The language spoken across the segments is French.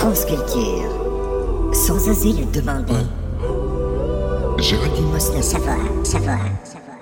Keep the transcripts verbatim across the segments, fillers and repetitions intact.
France Culture. Sans asile demandé. Géraldine Mosna, savoir, savoir, savoir.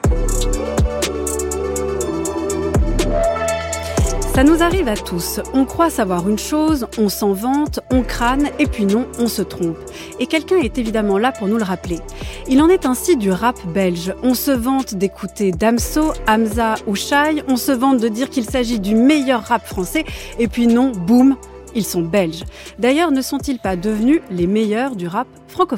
Ça nous arrive à tous. On croit savoir une chose, on s'en vante, on crâne, et puis non, on se trompe. Et quelqu'un est évidemment là pour nous le rappeler. Il en est ainsi du rap belge. On se vante d'écouter Damso, Hamza ou Shai, on se vante de dire qu'il s'agit du meilleur rap français, et puis non, boum, ils sont belges. D'ailleurs, ne sont-ils pas devenus les meilleurs du rap francophone ?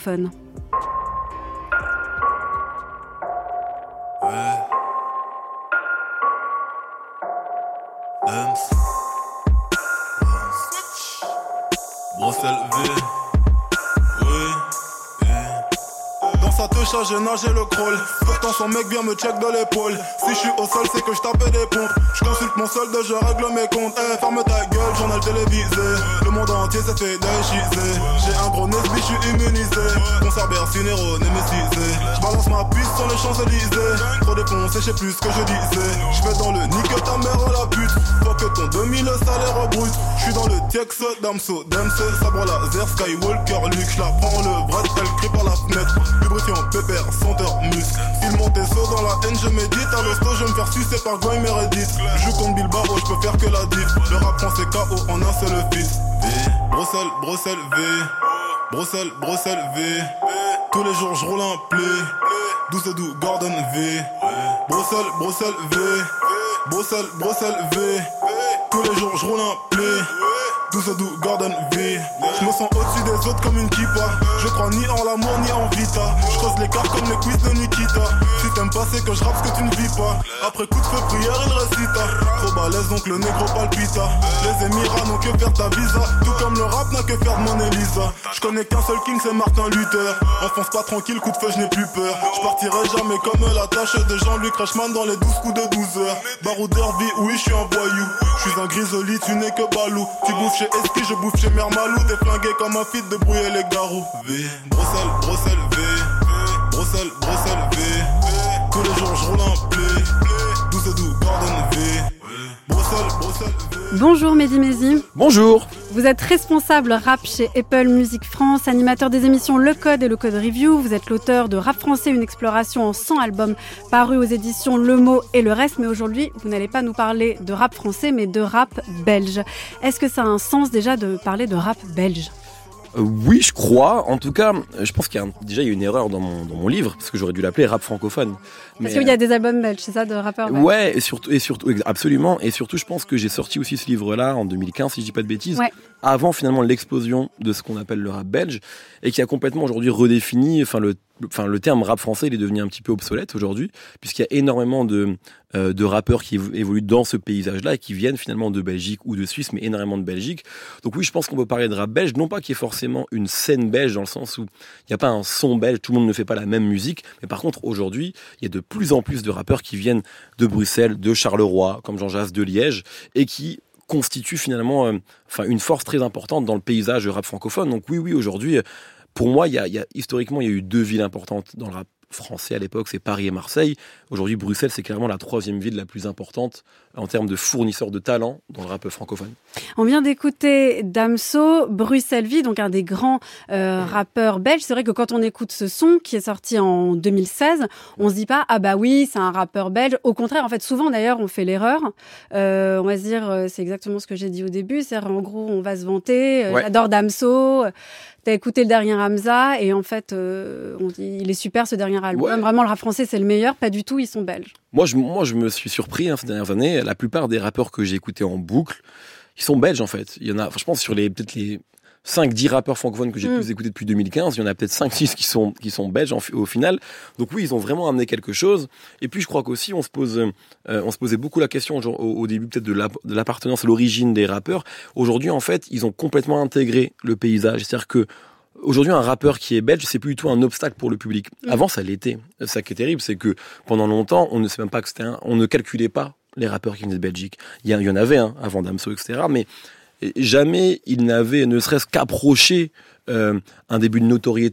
J'ai nagé le crawl, pourtant son mec vient me check de l'épaule. Si je suis au sol, c'est que je tapais des pompes. Je consulte mon solde, je règle mes comptes. Eh, hey, ferme ta gueule, journal télévisé. Le monde entier s'est fait déchiser. J'ai un gros nez, je suis immunisé. Concert Bercinero, némécisé. Je balance ma piste sur les Champs-Élysées. Trop défoncé, je sais plus ce que je disais. Je vais dans le nique ta mère à la pute. Faut que ton deux mille salaire brut. Je suis dans le Tex, Damso, Damso, sabre laser, Skywalker, Luke. Je la prends le bras, elle crie par la fenêtre. Lubrifiant, pépère, senteur, muscle. S'il monte et saut dans la haine, je médite. À l'hosto, je vais me faire sucer par Goy Meredith. Je compte Bilbao, je peux faire que la diff. Le rap français K O en un seul fils. V, Bruxelles, Bruxelles, V. Bruxelles, Bruxelles, V. Tous les jours, je roule un play. Douce et doux, Gordon V. Bruxelles, Bruxelles, V. Bruxelles, Bruxelles, V. Tous les jours, je roule un play. Douce et doux, Gordon V. Je me sens au-dessus des autres comme une kippa. Je crois ni en l'amour ni en vita. Je creuse l'écart comme le quiz de Nikita. Si t'aimes pas c'est que je rappe ce que tu ne vis pas. Après coup de feu prière il récita. Trop balèze donc le négro palpita. Les Émirats n'ont que faire ta visa. Tout comme le rap n'a que faire de mon Elisa. Je connais qu'un seul king c'est Martin Luther. Enfonce pas tranquille coup de feu je n'ai plus peur. Je partirai jamais comme la tâche de Jean-Luc Reichmann dans les douze coups de douze heures. Barreau derby oui je suis un voyou. Je suis un grisoli tu n'es que balou. Tu bouffes chez Eski je bouffe chez Mère Malou. T'es flingué comme un fit de brouiller les garous. V, Bruxelles, Bruxelles, V. Bruxelles, Bruxelles, V. Tous les jours je roule un play. Douce et doux, Gordon V. Bruxelles, Bruxelles, V. Bonjour Mehdi Maizy. Bonjour. Vous êtes responsable rap chez Apple Music France, animateur des émissions Le Code et Le Code Review. Vous êtes l'auteur de Rap Français, une exploration en cent albums parus aux éditions Le Mot et le reste. Mais aujourd'hui, vous n'allez pas nous parler de rap français, mais de rap belge. Est-ce que ça a un sens déjà de parler de rap belge ? Euh, oui, je crois. En tout cas, je pense qu'il y a un, déjà il y a une erreur dans mon, dans mon livre, parce que j'aurais dû l'appeler rap francophone. Parce qu'il y a des albums belges, c'est ça, de rappeurs belges. Ouais, et surtout, et surtout, absolument. Et surtout, je pense que j'ai sorti aussi ce livre-là en deux mille quinze, si je dis pas de bêtises, ouais. Avant finalement l'explosion de ce qu'on appelle le rap belge, et qui a complètement aujourd'hui redéfini, enfin le Enfin, le terme rap français, il est devenu un petit peu obsolète aujourd'hui, puisqu'il y a énormément de, euh, de rappeurs qui évoluent dans ce paysage-là et qui viennent finalement de Belgique ou de Suisse, mais énormément de Belgique. Donc oui, je pense qu'on peut parler de rap belge, non pas qu'il y ait forcément une scène belge dans le sens où il n'y a pas un son belge, tout le monde ne fait pas la même musique, mais par contre aujourd'hui, il y a de plus en plus de rappeurs qui viennent de Bruxelles, de Charleroi, comme Jean Jass, de Liège, et qui constituent finalement euh, enfin, une force très importante dans le paysage rap francophone. Donc oui, oui, aujourd'hui... Pour moi, il y a, il y a, historiquement, il y a eu deux villes importantes dans le rap français à l'époque, c'est Paris et Marseille. Aujourd'hui, Bruxelles, c'est clairement la troisième ville la plus importante en termes de fournisseurs de talent dans le rap francophone. On vient d'écouter Damso, Bruxelles Vie, donc un des grands euh, rappeurs belges. C'est vrai que quand on écoute ce son qui est sorti en deux mille seize, on se dit pas « Ah bah oui, c'est un rappeur belge ». Au contraire, en fait, souvent d'ailleurs, on fait l'erreur. Euh, on va se dire, c'est exactement ce que j'ai dit au début, c'est-à-dire en gros, on va se vanter, euh, ouais. J'adore Damso, t'as écouté le dernier Hamza et en fait, euh, on dit il est super ce dernier album. Ouais. Vraiment, le rap français, c'est le meilleur. Pas du tout, ils sont belges. Moi, je, moi, je me suis surpris hein, ces dernières années. La plupart des rappeurs que j'ai écoutés en boucle, ils sont belges en fait. Il y en a, je pense, sur les peut-être les cinq dix rappeurs francophones que j'ai mmh. plus écoutés depuis deux mille quinze, il y en a peut-être cinq six qui sont, qui sont belges en, au final. Donc oui, ils ont vraiment amené quelque chose. Et puis je crois qu'aussi, on se, pose, euh, on se posait beaucoup la question genre, au, au début peut-être de, la, de l'appartenance à l'origine des rappeurs. Aujourd'hui, en fait, ils ont complètement intégré le paysage. C'est-à-dire que aujourd'hui, un rappeur qui est belge, c'est plus du tout un obstacle pour le public. Mmh. Avant, ça l'était. Ça qui est terrible, c'est que pendant longtemps, on ne sait même pas que c'était un, on ne calculait pas les rappeurs qui venaient de Belgique. Il y, il y en avait, hein, avant Damso, et cetera. Mais jamais il n'avait ne serait-ce qu'approché euh, un début de notoriété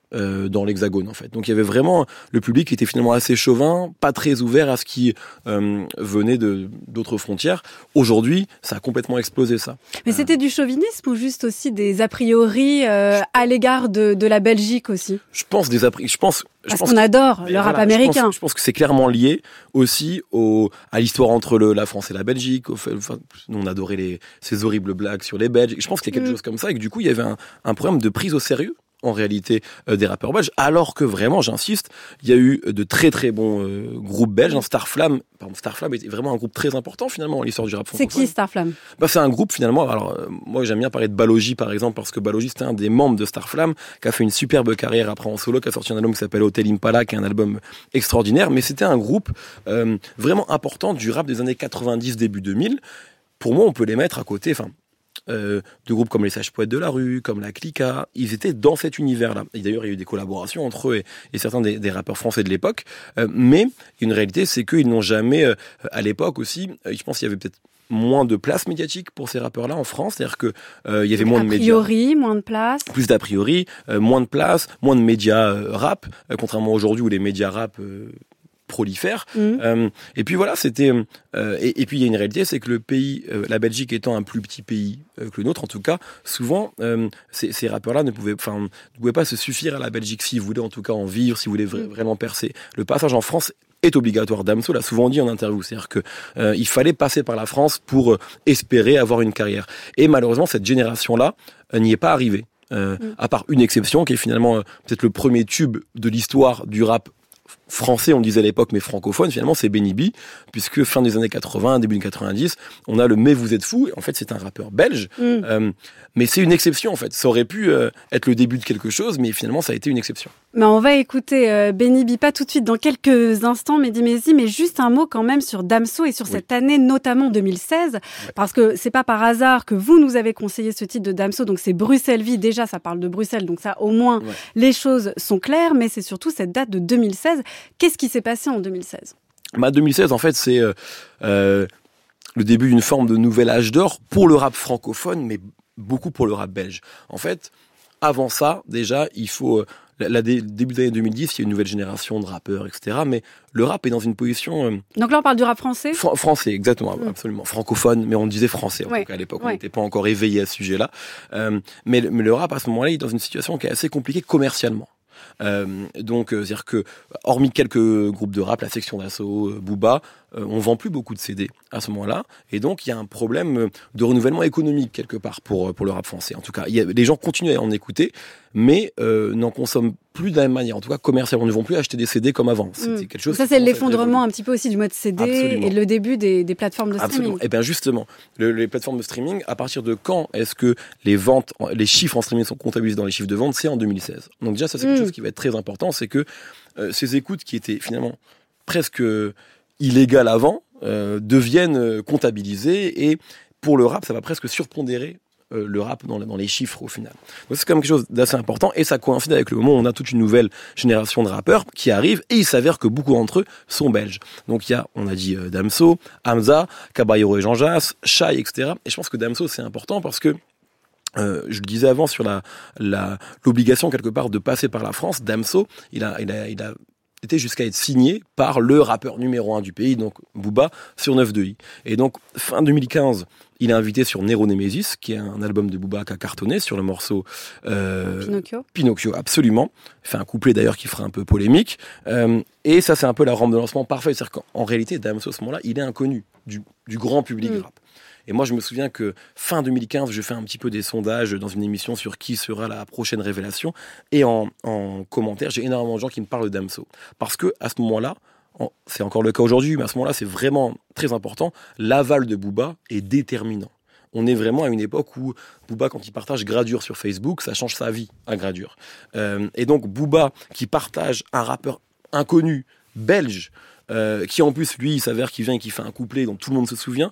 euh, dans l'Hexagone en fait. Donc il y avait vraiment le public qui était finalement assez chauvin, pas très ouvert à ce qui euh, venait de d'autres frontières. Aujourd'hui, ça a complètement explosé ça. Mais euh... c'était du chauvinisme ou juste aussi des a priori euh, à l'égard de, de la Belgique aussi? Je pense des a priori. Je pense. Parce je pense qu'on adore le rap voilà, américain. Je pense, je pense que c'est clairement lié aussi au, à l'histoire entre le, la France et la Belgique. Au fait, enfin, nous, on adorait les, ces horribles blagues sur les Belges. Je pense qu'il y a quelque mmh. chose comme ça et que du coup, il y avait un, un problème de prise au sérieux en réalité euh, des rappeurs belges, alors que vraiment, j'insiste, il y a eu de très très bons euh, groupes belges. Hein, Starflame, pardon, Starflame était vraiment un groupe très important finalement dans l'histoire du rap francophone. C'est qui Starflame? Bah, c'est un groupe finalement, alors euh, moi j'aime bien parler de Balogi par exemple, parce que Balogi c'était un des membres de Starflame, qui a fait une superbe carrière après en solo, qui a sorti un album qui s'appelle Hotel Impala, qui est un album extraordinaire, mais c'était un groupe euh, vraiment important du rap des années quatre-vingt-dix, début deux mille. Pour moi, on peut les mettre à côté, enfin, Euh, de groupes comme les Sages Poètes de la Rue, comme la Clica, ils étaient dans cet univers-là. Et d'ailleurs, il y a eu des collaborations entre eux et, et certains des, des rappeurs français de l'époque. Euh, mais une réalité, c'est qu'ils n'ont jamais, euh, à l'époque aussi, euh, je pense qu'il y avait peut-être moins de place médiatique pour ces rappeurs-là en France, c'est-à-dire que euh, il y avait moins de médias. A priori, moins de place. Plus d'a priori, euh, moins de place, moins de médias euh, rap, euh, contrairement à aujourd'hui où les médias rap euh, prolifère. Mmh. Euh, et puis voilà, c'était. Euh, et, et puis il y a une réalité, c'est que le pays, euh, la Belgique étant un plus petit pays euh, que le nôtre, en tout cas, souvent euh, ces, ces rappeurs-là ne pouvaient, enfin, ne pouvaient pas se suffire à la Belgique s'ils voulaient en tout cas en vivre, s'ils voulaient vra- vraiment percer. Le passage en France est obligatoire. Damso l'a souvent dit en interview, c'est-à-dire que euh, il fallait passer par la France pour euh, espérer avoir une carrière. Et malheureusement, cette génération-là euh, n'y est pas arrivée. Euh, mmh. À part une exception, qui est finalement euh, peut-être le premier tube de l'histoire du rap français, on le disait à l'époque, mais francophone, finalement, c'est Benny B, puisque fin des années quatre-vingts, début des quatre-vingt-dix, on a le Mais vous êtes fou, et en fait, c'est un rappeur belge, mm. euh, mais c'est une exception, en fait. Ça aurait pu euh, être le début de quelque chose, mais finalement, ça a été une exception. Mais on va écouter euh, Benny B, pas tout de suite, dans quelques instants, Mehdi Maizi, mais juste un mot quand même sur Damso et sur oui. cette année, notamment deux mille seize, ouais. parce que c'est pas par hasard que vous nous avez conseillé ce titre de Damso, donc c'est Bruxelles Vie, déjà, ça parle de Bruxelles, donc ça, au moins, ouais. les choses sont claires, mais c'est surtout cette date de deux mille seize. Qu'est-ce qui s'est passé en deux mille seize? Bah, deux mille seize, en fait, c'est euh, euh, le début d'une forme de nouvel âge d'or pour le rap francophone, mais beaucoup pour le rap belge. En fait, avant ça, déjà, il faut... Euh, la, la dé, début des années deux mille dix, il y a une nouvelle génération de rappeurs, et cetera. Mais le rap est dans une position... Euh, Donc là, on parle du rap français fr- Français, exactement, mmh. absolument. Francophone, mais on disait français. En ouais. tout cas, à l'époque, ouais. on n'était pas encore éveillé à ce sujet-là. Euh, mais, mais le rap, à ce moment-là, il est dans une situation qui est assez compliquée commercialement. Euh, donc, euh, c'est-à-dire que, hormis quelques groupes de rap, la section d'assaut, euh, Booba, euh, on vend plus beaucoup de C D à ce moment-là, et donc il y a un problème de renouvellement économique quelque part pour pour le rap français. En tout cas, il y a, les gens continuent à en écouter, mais euh, n'en consomment plus de la même manière. En tout cas, commercialement, ne vont plus acheter des C D comme avant. C'était mmh. quelque chose. Ça, c'est l'effondrement un petit peu aussi du mode C D. Absolument. Et le début des, des plateformes de Absolument. streaming. Et bien justement, le, les plateformes de streaming, à partir de quand est-ce que les ventes, les chiffres en streaming sont comptabilisés dans les chiffres de vente? C'est en deux mille seize. Donc déjà, ça c'est mmh. quelque chose qui va être très important, c'est que euh, ces écoutes qui étaient finalement presque illégales avant euh, deviennent euh, comptabilisées, et pour le rap, ça va presque surpondérer euh, le rap dans, dans les chiffres au final. Donc c'est quand même quelque chose d'assez important, et ça coïncide avec le moment où on a toute une nouvelle génération de rappeurs qui arrivent, et il s'avère que beaucoup d'entre eux sont belges. Donc il y a, on a dit euh, Damso, Hamza, Caballero et Jean Jass, Shai, et cetera. Et je pense que Damso c'est important parce que Euh, je le disais avant sur la, la, l'obligation quelque part de passer par la France. Damso, il a, il a, il a été jusqu'à être signé par le rappeur numéro un du pays, donc Booba, sur neuf deux i. Et donc, fin deux mille quinze, il est invité sur Nero Nemesis, qui est un album de Booba qui a cartonné sur le morceau euh, Pinocchio. Pinocchio, absolument. Il fait un couplet d'ailleurs qui fera un peu polémique. Euh, et ça, c'est un peu la rampe de lancement parfaite. C'est-à-dire qu'en réalité, Damso, à ce moment-là, il est inconnu du, du grand public mmh. rap. Et moi, je me souviens que fin deux mille quinze, je fais un petit peu des sondages dans une émission sur qui sera la prochaine révélation. Et en, en commentaire, j'ai énormément de gens qui me parlent de Damso. Parce que à ce moment-là, en, c'est encore le cas aujourd'hui, mais à ce moment-là, c'est vraiment très important. L'aval de Booba est déterminant. On est vraiment à une époque où Booba, quand il partage Gradure sur Facebook, ça change sa vie à Gradure. Euh, et donc, Booba, qui partage un rappeur inconnu, belge, euh, qui en plus, lui, il s'avère qu'il vient et qu'il fait un couplet dont tout le monde se souvient,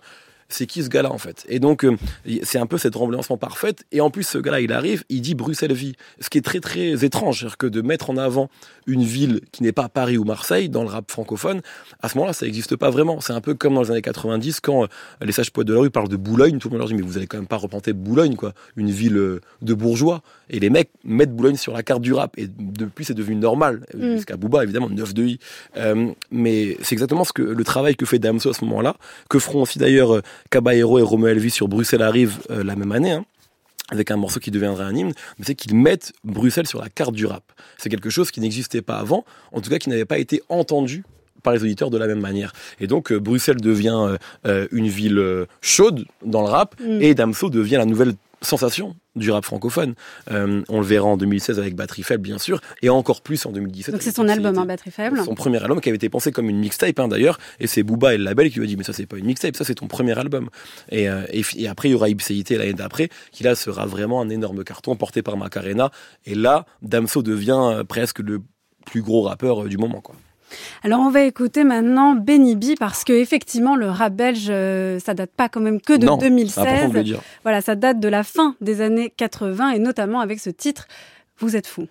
c'est qui ce gars-là en fait. Et donc euh, c'est un peu cette remblancement parfaite. Et en plus ce gars-là il arrive, il dit Bruxelles-Vie, ce qui est très très étrange, c'est-à-dire que de mettre en avant une ville qui n'est pas Paris ou Marseille dans le rap francophone, à ce moment-là ça n'existe pas vraiment. C'est un peu comme dans les années quatre-vingt-dix quand euh, les sages poètes de la rue parlent de Boulogne, tout le monde leur dit mais vous allez quand même pas représenter Boulogne quoi, une ville euh, de bourgeois. Et les mecs mettent Boulogne sur la carte du rap. Et depuis c'est devenu normal, mm. jusqu'à Booba évidemment neuf de i. Euh, mais c'est exactement ce que le travail que fait Damso à ce moment-là, que feront aussi d'ailleurs euh, Caballero et Romeo Elvis sur Bruxelles arrive euh, la même année, hein, avec un morceau qui deviendra un hymne, mais c'est qu'ils mettent Bruxelles sur la carte du rap. C'est quelque chose qui n'existait pas avant, en tout cas qui n'avait pas été entendu par les auditeurs de la même manière. Et donc euh, Bruxelles devient euh, euh, une ville euh, chaude dans le rap, mm. et Damso devient la nouvelle sensation du rap francophone. Euh, on le verra en deux mille seize avec Batterie Faible, bien sûr, et encore plus en deux mille dix-sept. Donc c'est son album, hein, Batterie Faible. Son premier album qui avait été pensé comme une mixtape, hein, d'ailleurs, et c'est Booba et le label qui lui a dit mais ça c'est pas une mixtape, ça c'est ton premier album. Et, euh, et, et après il y aura Ipséité l'année d'après, qui là sera vraiment un énorme carton porté par Macarena. Et là, Damso devient euh, presque le plus gros rappeur euh, du moment, quoi. Alors on va écouter maintenant Benny B parce que effectivement le rap belge euh, ça date pas quand même que de non, deux mille seize. C'est important de le dire. Voilà, ça date de la fin des années quatre-vingts et notamment avec ce titre Vous êtes fous.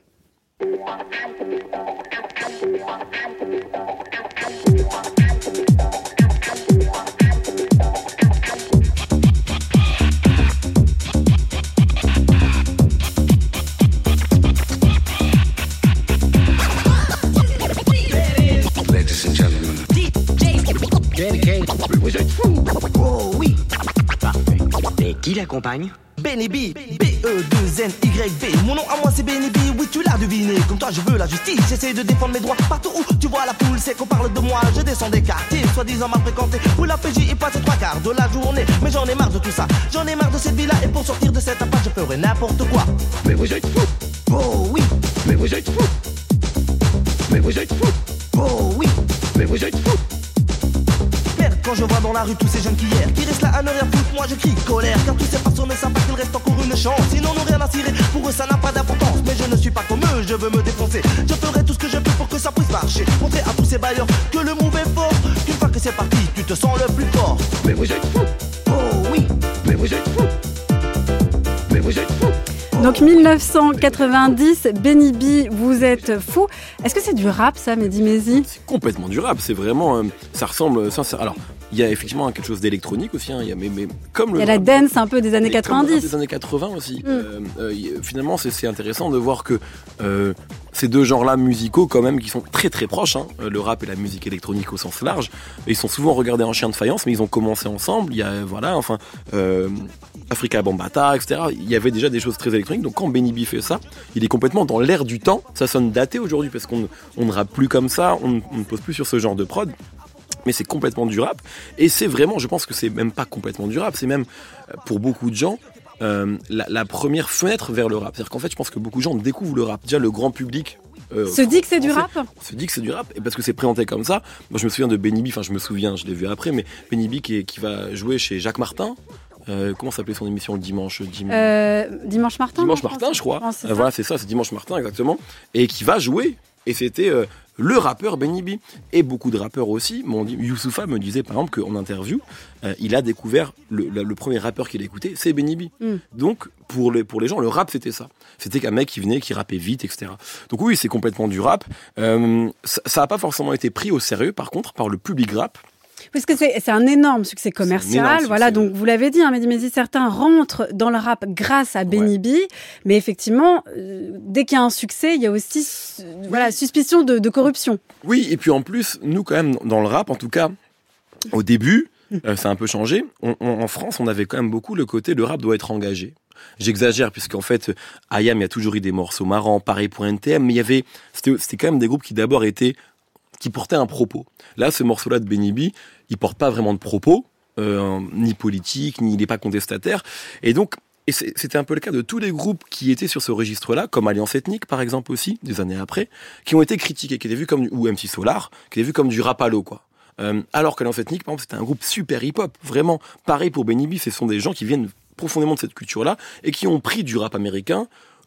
Vous êtes fous. Oh oui. Parfait. Et qui l'accompagne? Benny B, B E deux N Y B. Mon nom à moi c'est Benny B, oui tu l'as deviné. Comme toi je veux la justice, j'essaie de défendre mes droits. Partout où tu vois la foule, c'est qu'on parle de moi. Je descends des quartiers, soi-disant mal fréquentés, où la P J y passe trois quarts de la journée. Mais j'en ai marre de tout ça, j'en ai marre de cette vie-là. Et pour sortir de cette impasse, je ferai n'importe quoi. Mais vous êtes fous. Oh oui. Mais vous êtes fous. Mais vous êtes fous. Oh oui. Mais vous êtes fous. Quand je vois dans la rue tous ces jeunes qui hier, qui restent là à ne rien foutre, moi je crie colère. Car tous ces personnes ne savent pas qu'il reste encore une chance. Sinon n'ont rien à cirer, pour eux ça n'a pas d'importance. Mais je ne suis pas comme eux, je veux me défoncer. Je ferai tout ce que je peux pour que ça puisse marcher. Montrer à tous ces bailleurs que le move est fort. Qu'une fois que c'est parti, tu te sens le plus fort. Mais vous êtes fous. Oh oui. Mais vous êtes fous. Mais vous êtes fous. Donc dix-neuf cent quatre-vingt-dix, Benny B, vous êtes fou. Est-ce que c'est du rap ça, Mehdi Maizi? C'est complètement du rap, c'est vraiment, euh, ça ressemble, ça, ça, alors il y a effectivement quelque chose d'électronique aussi, hein, il y a, mais, mais comme le il y a la dance un peu des années quatre-vingt-dix. Des années quatre-vingts aussi. Mm. Euh, euh, finalement, c'est, c'est intéressant de voir que euh, ces deux genres-là musicaux, quand même, qui sont très très proches, hein, le rap et la musique électronique au sens large, ils sont souvent regardés en chien de faïence, mais ils ont commencé ensemble. Il y a, voilà, enfin, euh, Africa Bambaataa, et cetera. Il y avait déjà des choses très électroniques. Donc quand Benny B fait ça, il est complètement dans l'air du temps. Ça sonne daté aujourd'hui parce qu'on on ne rappe plus comme ça, on, on ne pose plus sur ce genre de prod. Mais c'est complètement du rap. Et c'est vraiment, je pense que c'est même pas complètement du rap, c'est même, pour beaucoup de gens, euh, la, la première fenêtre vers le rap. C'est-à-dire qu'en fait, je pense que beaucoup de gens découvrent le rap. Déjà, le grand public... Euh, se dit que c'est du rap Se dit que c'est du rap, et parce que c'est présenté comme ça. Moi, je me souviens de Benny B, enfin, je me souviens, je l'ai vu après, mais Benny B qui, est, qui va jouer chez Jacques Martin. Euh, comment s'appelait son émission le dimanche dim... euh, Dimanche Martin Dimanche Martin, je crois. France, euh, voilà, c'est ça, c'est Dimanche Martin, exactement. Et qui va jouer. Et c'était euh, le rappeur Benny B. Et beaucoup de rappeurs aussi. Mon Youssoupha me disait, par exemple, qu'en interview, euh, il a découvert le, le, le premier rappeur qu'il a écouté, c'est Benny B. Mm. Donc, pour les, pour les gens, le rap, c'était ça. C'était qu'un mec qui venait, qui rappait vite, et cetera. Donc oui, c'est complètement du rap. Euh, ça n'a pas forcément été pris au sérieux, par contre, par le public rap. Parce que c'est, c'est un énorme succès commercial, énorme succès, voilà. Donc vous l'avez dit, hein, Mehdi Maizi, certains rentrent dans le rap grâce à Benny B, ouais. Mais effectivement, euh, dès qu'il y a un succès, il y a aussi, euh, oui. voilà, suspicion de, de corruption. Oui, et puis en plus, nous quand même dans le rap, en tout cas, au début, euh, ça a un peu changé. On, on, en France, on avait quand même beaucoup le côté le rap doit être engagé. J'exagère puisqu'en fait, I A M, il y a toujours eu des morceaux marrants, pareil pour N T M, mais il y avait, c'était, c'était quand même des groupes qui d'abord étaient qui portait un propos. Là, ce morceau-là de Benny B, il porte pas vraiment de propos, euh, ni politique, ni il n'est pas contestataire. Et donc, et c'était un peu le cas de tous les groupes qui étaient sur ce registre-là, comme Alliance Ethnique, par exemple aussi, des années après, qui ont été critiqués, qui étaient vus comme, ou M C Solar, qui étaient vus comme du rap à l'eau, quoi. Euh, alors qu'Alliance Ethnique, par exemple, c'était un groupe super hip-hop. Vraiment, pareil pour Benny B, ce sont des gens qui viennent profondément de cette culture-là et qui ont pris du rap américain,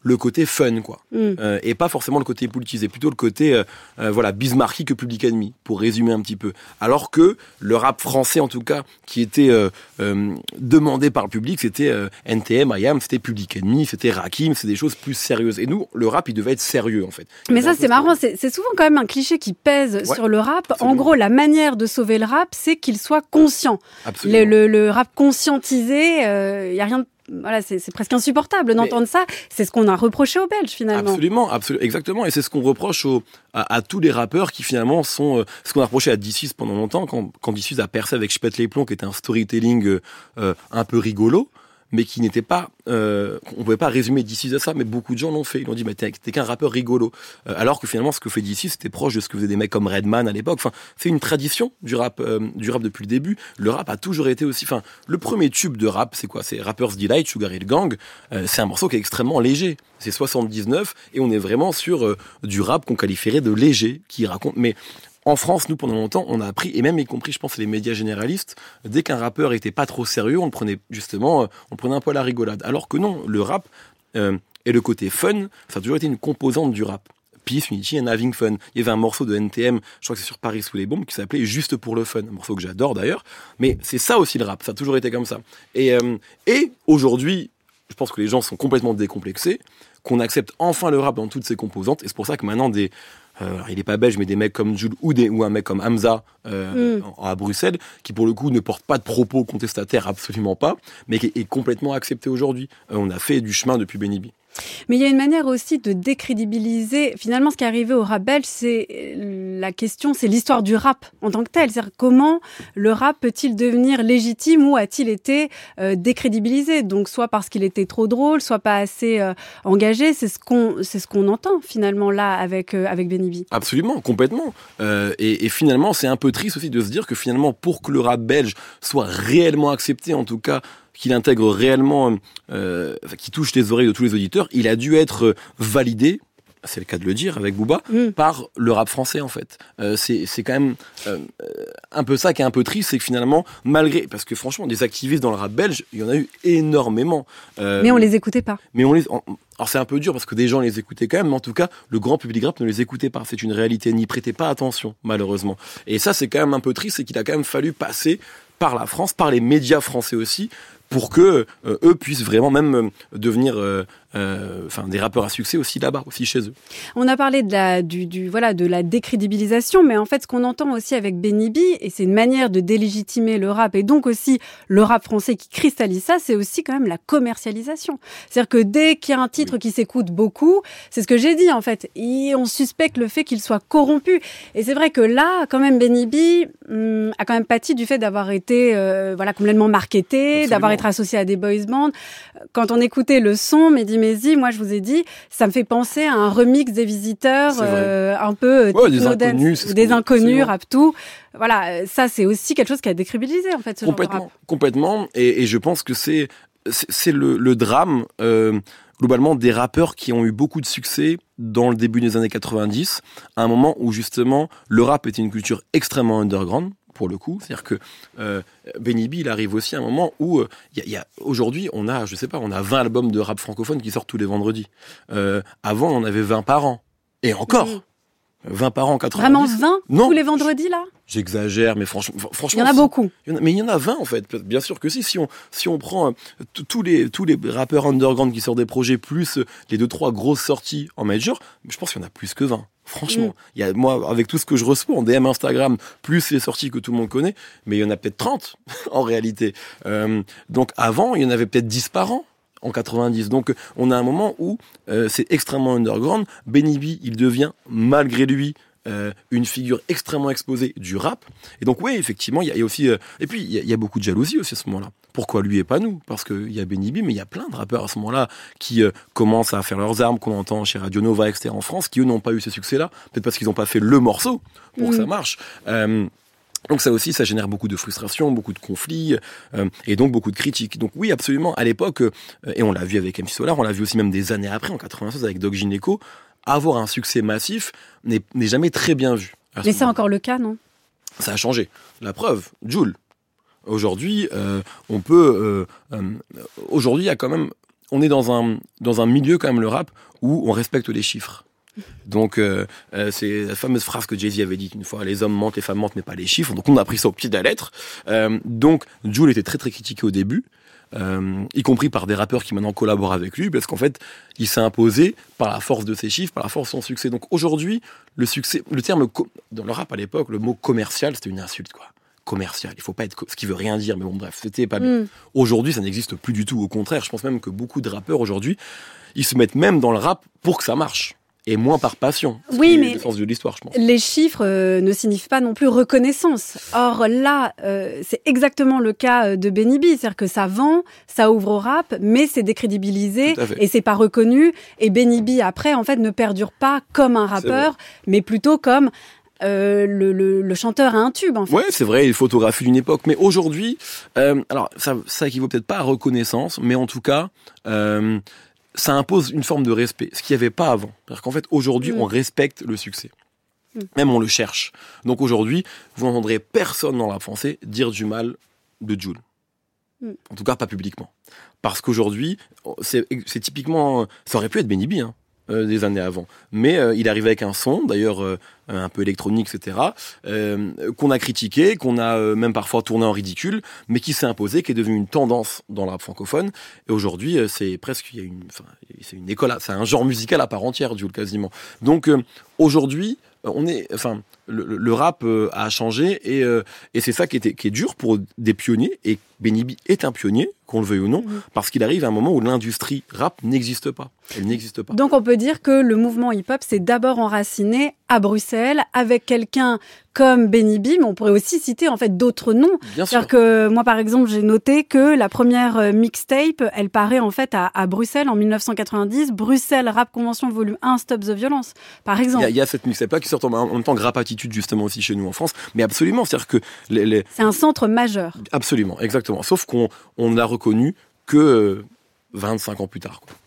le côté fun, quoi. Mm. Euh, et pas forcément le côté politisé, plutôt le côté euh, euh, voilà, Bismarcky que Public Enemy, pour résumer un petit peu. Alors que le rap français, en tout cas, qui était euh, euh, demandé par le public, c'était euh, N T M, I A M, c'était Public Enemy, c'était Rakim, c'est des choses plus sérieuses. Et nous, le rap, il devait être sérieux, en fait. Mais et ça, c'est marrant, c'est, c'est souvent quand même un cliché qui pèse ouais, sur le rap. Absolument. En gros, la manière de sauver le rap, c'est qu'il soit conscient. Le, le, le rap conscientisé, il euh, y a rien de Voilà, c'est, c'est presque insupportable d'entendre mais, ça. C'est ce qu'on a reproché aux Belges, finalement. Absolument, absolument, exactement. Et c'est ce qu'on reproche aux, à, à tous les rappeurs qui, finalement, sont... Euh, ce qu'on a reproché à D six pendant longtemps, quand, quand D six a percé avec Je pète les plombs, qui était un storytelling euh, un peu rigolo, mais qui n'était pas... Euh, on pouvait pas résumer D six à ça, mais beaucoup de gens l'ont fait. Ils l'ont dit, mais t'es, t'es qu'un rappeur rigolo. Euh, alors que finalement, ce que fait D six, c'était proche de ce que faisaient des mecs comme Redman à l'époque. Enfin, c'est une tradition du rap, euh, du rap depuis le début. Le rap a toujours été aussi... Enfin, le premier tube de rap, c'est quoi ? C'est Rapper's Delight, Sugar Hill Gang. Euh, c'est un morceau qui est extrêmement léger. C'est soixante-dix-neuf, et on est vraiment sur euh, du rap qu'on qualifierait de léger, qui raconte... Mais en France, nous, pendant longtemps, on a appris, et même y compris, je pense, les médias généralistes, dès qu'un rappeur était pas trop sérieux, on le prenait justement, on le prenait un peu à la rigolade. Alors que non, le rap euh, et le côté fun, ça a toujours été une composante du rap. Peace, Unity and Having Fun. Il y avait un morceau de N T M, je crois que c'est sur Paris sous les bombes, qui s'appelait Juste pour le fun. Un morceau que j'adore d'ailleurs. Mais c'est ça aussi le rap, ça a toujours été comme ça. Et, euh, et aujourd'hui, je pense que les gens sont complètement décomplexés, qu'on accepte enfin le rap dans toutes ses composantes, et c'est pour ça que maintenant des... Euh, alors il est pas belge, mais des mecs comme Jules ou, des, ou un mec comme Hamza euh, mm. à Bruxelles, qui pour le coup ne porte pas de propos contestataires, absolument pas, mais qui est, est complètement accepté aujourd'hui. Euh, on a fait du chemin depuis Benny B. Mais il y a une manière aussi de décrédibiliser. Finalement, ce qui est arrivé au rap belge, c'est la question, c'est l'histoire du rap en tant que tel. C'est-à-dire comment le rap peut-il devenir légitime ou a-t-il été euh, décrédibilisé ? Donc, soit parce qu'il était trop drôle, soit pas assez euh, engagé. C'est ce qu'on, c'est ce qu'on entend finalement là avec euh, avec Benny B. Absolument, complètement. Euh, et, et finalement, c'est un peu triste aussi de se dire que finalement, pour que le rap belge soit réellement accepté, en tout cas, qu'il intègre réellement, euh, qui touche les oreilles de tous les auditeurs, il a dû être validé, c'est le cas de le dire avec Booba, mm. par le rap français en fait. Euh, c'est, c'est quand même euh, un peu ça qui est un peu triste, c'est que finalement, malgré, parce que franchement, des activistes dans le rap belge, il y en a eu énormément. Euh, mais on les écoutait pas. Mais on les, on, alors c'est un peu dur parce que des gens les écoutaient quand même, mais en tout cas, le grand public rap ne les écoutait pas. C'est une réalité, n'y prêtait pas attention, malheureusement. Et ça, c'est quand même un peu triste, c'est qu'il a quand même fallu passer par la France, par les médias français aussi, pour que euh, eux puissent vraiment même euh, devenir euh, euh, enfin des rappeurs à succès aussi là-bas, aussi chez eux. On a parlé de la du, du voilà de la décrédibilisation, mais en fait ce qu'on entend aussi avec Benny B, et c'est une manière de délégitimer le rap et donc aussi le rap français qui cristallise ça, c'est aussi quand même la commercialisation. C'est-à-dire que dès qu'il y a un titre oui. qui s'écoute beaucoup, c'est ce que j'ai dit en fait, et on suspecte le fait qu'il soit corrompu. Et c'est vrai que là, quand même, Benny B hum, a quand même pâti du fait d'avoir été euh, voilà complètement marketé, Absolument. d'avoir été associé à des boys bands. Quand on écoutait le son, Mehdi Maizy, moi je vous ai dit, ça me fait penser à un remix des Visiteurs, euh, un peu ouais, des inconnus, dance, des inconnus, rap tout. Voilà, ça c'est aussi quelque chose qui a décrédibilisé en fait ce complètement, genre de rap. Complètement, et, et je pense que c'est c'est, c'est le, le drame euh, globalement des rappeurs qui ont eu beaucoup de succès dans le début des années quatre-vingt-dix, à un moment où justement le rap était une culture extrêmement underground. Pour le coup, c'est-à-dire que euh, Benny B, il arrive aussi à un moment où il euh, y, y a aujourd'hui, on a, je sais pas, on a vingt albums de rap francophone qui sortent tous les vendredis. Euh, avant, on avait vingt par an, et encore. Mmh. vingt par an en quatre-vingt-dix. Vraiment vingt non, tous les vendredis, là ? J'exagère, mais franchement... franchement il y en a si, beaucoup. Il y en a, mais il y en a vingt, en fait. Bien sûr que si. Si on, si on prend euh, tous les, tous les rappeurs underground qui sortent des projets, plus euh, les deux, trois grosses sorties en major, je pense qu'il y en a plus que vingt. Franchement. Mm. Il y a, moi, avec tout ce que je reçois en D M Instagram, plus les sorties que tout le monde connaît, mais il y en a peut-être trente, en réalité. Euh, donc avant, il y en avait peut-être dix par an. En quatre-vingt-dix. Donc, on a un moment où euh, c'est extrêmement underground. Benny B, il devient, malgré lui, euh, une figure extrêmement exposée du rap. Et donc, oui, effectivement, il y, y a aussi... Euh, et puis, il y, y a beaucoup de jalousie aussi à ce moment-là. Pourquoi lui et pas nous ? Parce qu'il y a Benny B, mais il y a plein de rappeurs à ce moment-là qui euh, commencent à faire leurs armes, qu'on entend chez Radio Nova, et cetera en France, qui, eux, n'ont pas eu ce succès-là. Peut-être parce qu'ils n'ont pas fait le morceau pour mmh. que ça marche. Euh, Donc ça aussi, ça génère beaucoup de frustration, beaucoup de conflits, euh, et donc beaucoup de critiques. Donc oui, absolument, à l'époque, euh, et on l'a vu avec M C Solar, on l'a vu aussi même des années après, en quatre-vingt-seize, avec Doc Gynéco, avoir un succès massif n'est, n'est jamais très bien vu. Mais c'est encore le cas, non ? Ça a changé. La preuve, Jul. Aujourd'hui, euh, on peut... Euh, euh, aujourd'hui, il y a quand même... on est dans un, dans un milieu, quand même, le rap, où on respecte les chiffres. Donc, euh, euh, c'est la fameuse phrase que Jay-Z avait dit une fois, les hommes mentent, les femmes mentent, mais pas les chiffres. Donc, on a pris ça au pied de la lettre. Euh, donc, Jul était très, très critiqué au début. Euh, y compris par des rappeurs qui maintenant collaborent avec lui, parce qu'en fait, il s'est imposé par la force de ses chiffres, par la force de son succès. Donc aujourd'hui, le succès, le terme, co- dans le rap à l'époque, le mot commercial, c'était une insulte, quoi. Commercial, il faut pas être, co- ce qui veut rien dire, mais bon, bref, c'était pas bien. Mm. Aujourd'hui, ça n'existe plus du tout. Au contraire, je pense même que beaucoup de rappeurs aujourd'hui, ils se mettent même dans le rap pour que ça marche. Et moins par passion. Oui, C'est mais le sens de l'histoire, je pense. les chiffres euh, ne signifient pas non plus reconnaissance. Or là, euh, c'est exactement le cas de Benny B. C'est-à-dire que ça vend, ça ouvre au rap, mais c'est décrédibilisé Tout à fait. et c'est pas reconnu. Et Benny B, après, en fait, ne perdure pas comme un rappeur, mais plutôt comme euh, le, le, le chanteur à un tube, en fait. Ouais, c'est vrai, il photographie d'une époque. Mais aujourd'hui, euh, alors ça, ça équivaut peut-être pas à reconnaissance, mais en tout cas, euh, ça impose une forme de respect, ce qu'il n'y avait pas avant. C'est-à-dire qu'en fait, aujourd'hui, Mm. on respecte le succès. Mm. Même on le cherche. Donc aujourd'hui, vous n'entendrez personne dans le rap français dire du mal de Jul. Mm. En tout cas, pas publiquement. Parce qu'aujourd'hui, c'est, c'est typiquement... Ça aurait pu être Benny B, hein, euh, des années avant. Mais euh, il arrive avec un son, d'ailleurs euh, un peu électronique, et cetera, euh, qu'on a critiqué, qu'on a euh, même parfois tourné en ridicule, mais qui s'est imposé, qui est devenu une tendance dans le rap francophone. Et aujourd'hui, euh, c'est presque... Il y a une, enfin, c'est une école, c'est un genre musical à part entière, Jul, quasiment. Donc euh, aujourd'hui, on est... Enfin, le, le rap euh, a changé et, euh, et c'est ça qui, était, qui est dur pour des pionniers. Et Benny B est un pionnier, qu'on le veuille ou non, mmh. parce qu'il arrive à un moment où l'industrie rap n'existe pas. Elle n'existe pas. Donc on peut dire que le mouvement hip-hop s'est d'abord enraciné à Bruxelles avec quelqu'un comme Benny B, mais on pourrait aussi citer en fait d'autres noms. Bien C'est-à-dire sûr. que moi par exemple j'ai noté que la première mixtape, elle paraît en fait à, à Bruxelles en dix-neuf cent quatre-vingt-dix, Bruxelles Rap Convention volume un, Stop the Violence, par exemple. Il y, y a cette mixtape-là qui sort en même temps que Rap Attitude justement aussi chez nous en France, mais absolument, c'est-à-dire que... Les, les... C'est un centre majeur. Absolument, exactement. Sauf qu'on on l'a reconnu que euh, vingt-cinq ans plus tard, quoi.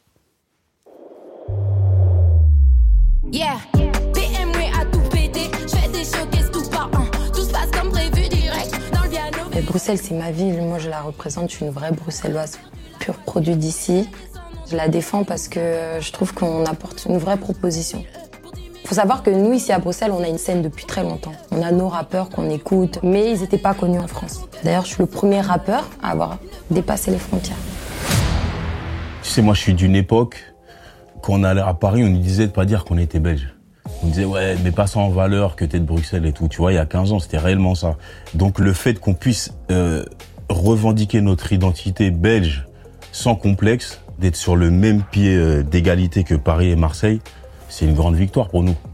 Yeah, B M W a tout pété, je fais des showcases tout par an, tout se passe comme prévu direct dans le piano. Et Bruxelles, c'est ma ville, moi je la représente, je suis une vraie bruxelloise, pur produit d'ici. Je la défends parce que je trouve qu'on apporte une vraie proposition. Il faut savoir que nous, ici à Bruxelles, on a une scène depuis très longtemps. On a nos rappeurs qu'on écoute, mais ils n'étaient pas connus en France. D'ailleurs, je suis le premier rappeur à avoir dépassé les frontières. Tu sais, moi je suis d'une époque... Quand on allait à Paris, on nous disait de pas dire qu'on était belge. On disait, ouais, mais pas ça en valeur que t'es de Bruxelles et tout. Tu vois, il y a quinze ans, c'était réellement ça. Donc, le fait qu'on puisse euh, revendiquer notre identité belge sans complexe, d'être sur le même pied euh, d'égalité que Paris et Marseille, c'est une grande victoire pour nous.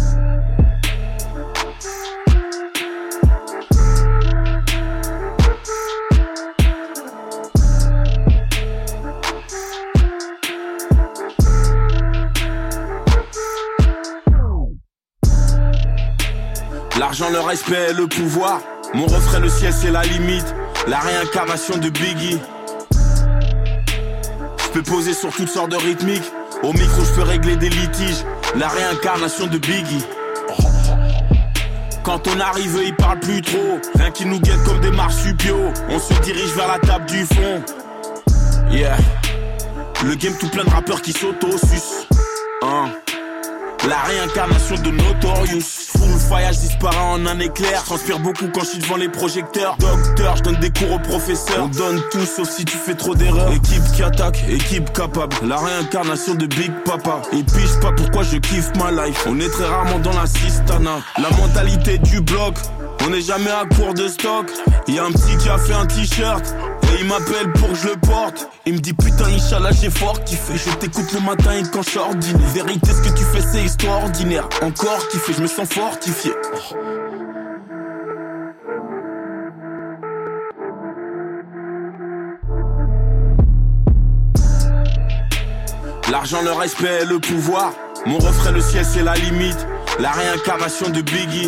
L'argent, le respect, le pouvoir. Mon refrain, le ciel, c'est la limite. La réincarnation de Biggie. Je peux poser sur toutes sortes de rythmiques. Au micro, je peux régler des litiges. La réincarnation de Biggie. Quand on arrive, ils parlent plus trop. Rien qui nous guette comme des marsupiaux. On se dirige vers la table du fond. Yeah. Le game tout plein de rappeurs qui s'auto-sucent. Hein. La réincarnation de Notorious. Full fire, je disparais en un éclair. Transpire beaucoup quand je suis devant les projecteurs. Docteur, je donne des cours aux professeurs. On donne tout sauf si tu fais trop d'erreurs. Équipe qui attaque, équipe capable. La réincarnation de Big Papa. Et puis je sais pas pourquoi je kiffe ma life. On est très rarement dans la cistana. La mentalité du bloc. On n'est jamais à court de stock. Y'a un petit qui a fait un t-shirt. Et il m'appelle pour que je le porte. Il me dit putain Inch'Allah j'ai fort kiffé. Je t'écoute le matin et quand je suis ordinaire. Vérité ce que tu fais c'est extraordinaire. Encore kiffé, je me sens fortifié. L'argent, le respect, le pouvoir. Mon refrain, le ciel c'est la limite. La réincarnation de Biggie.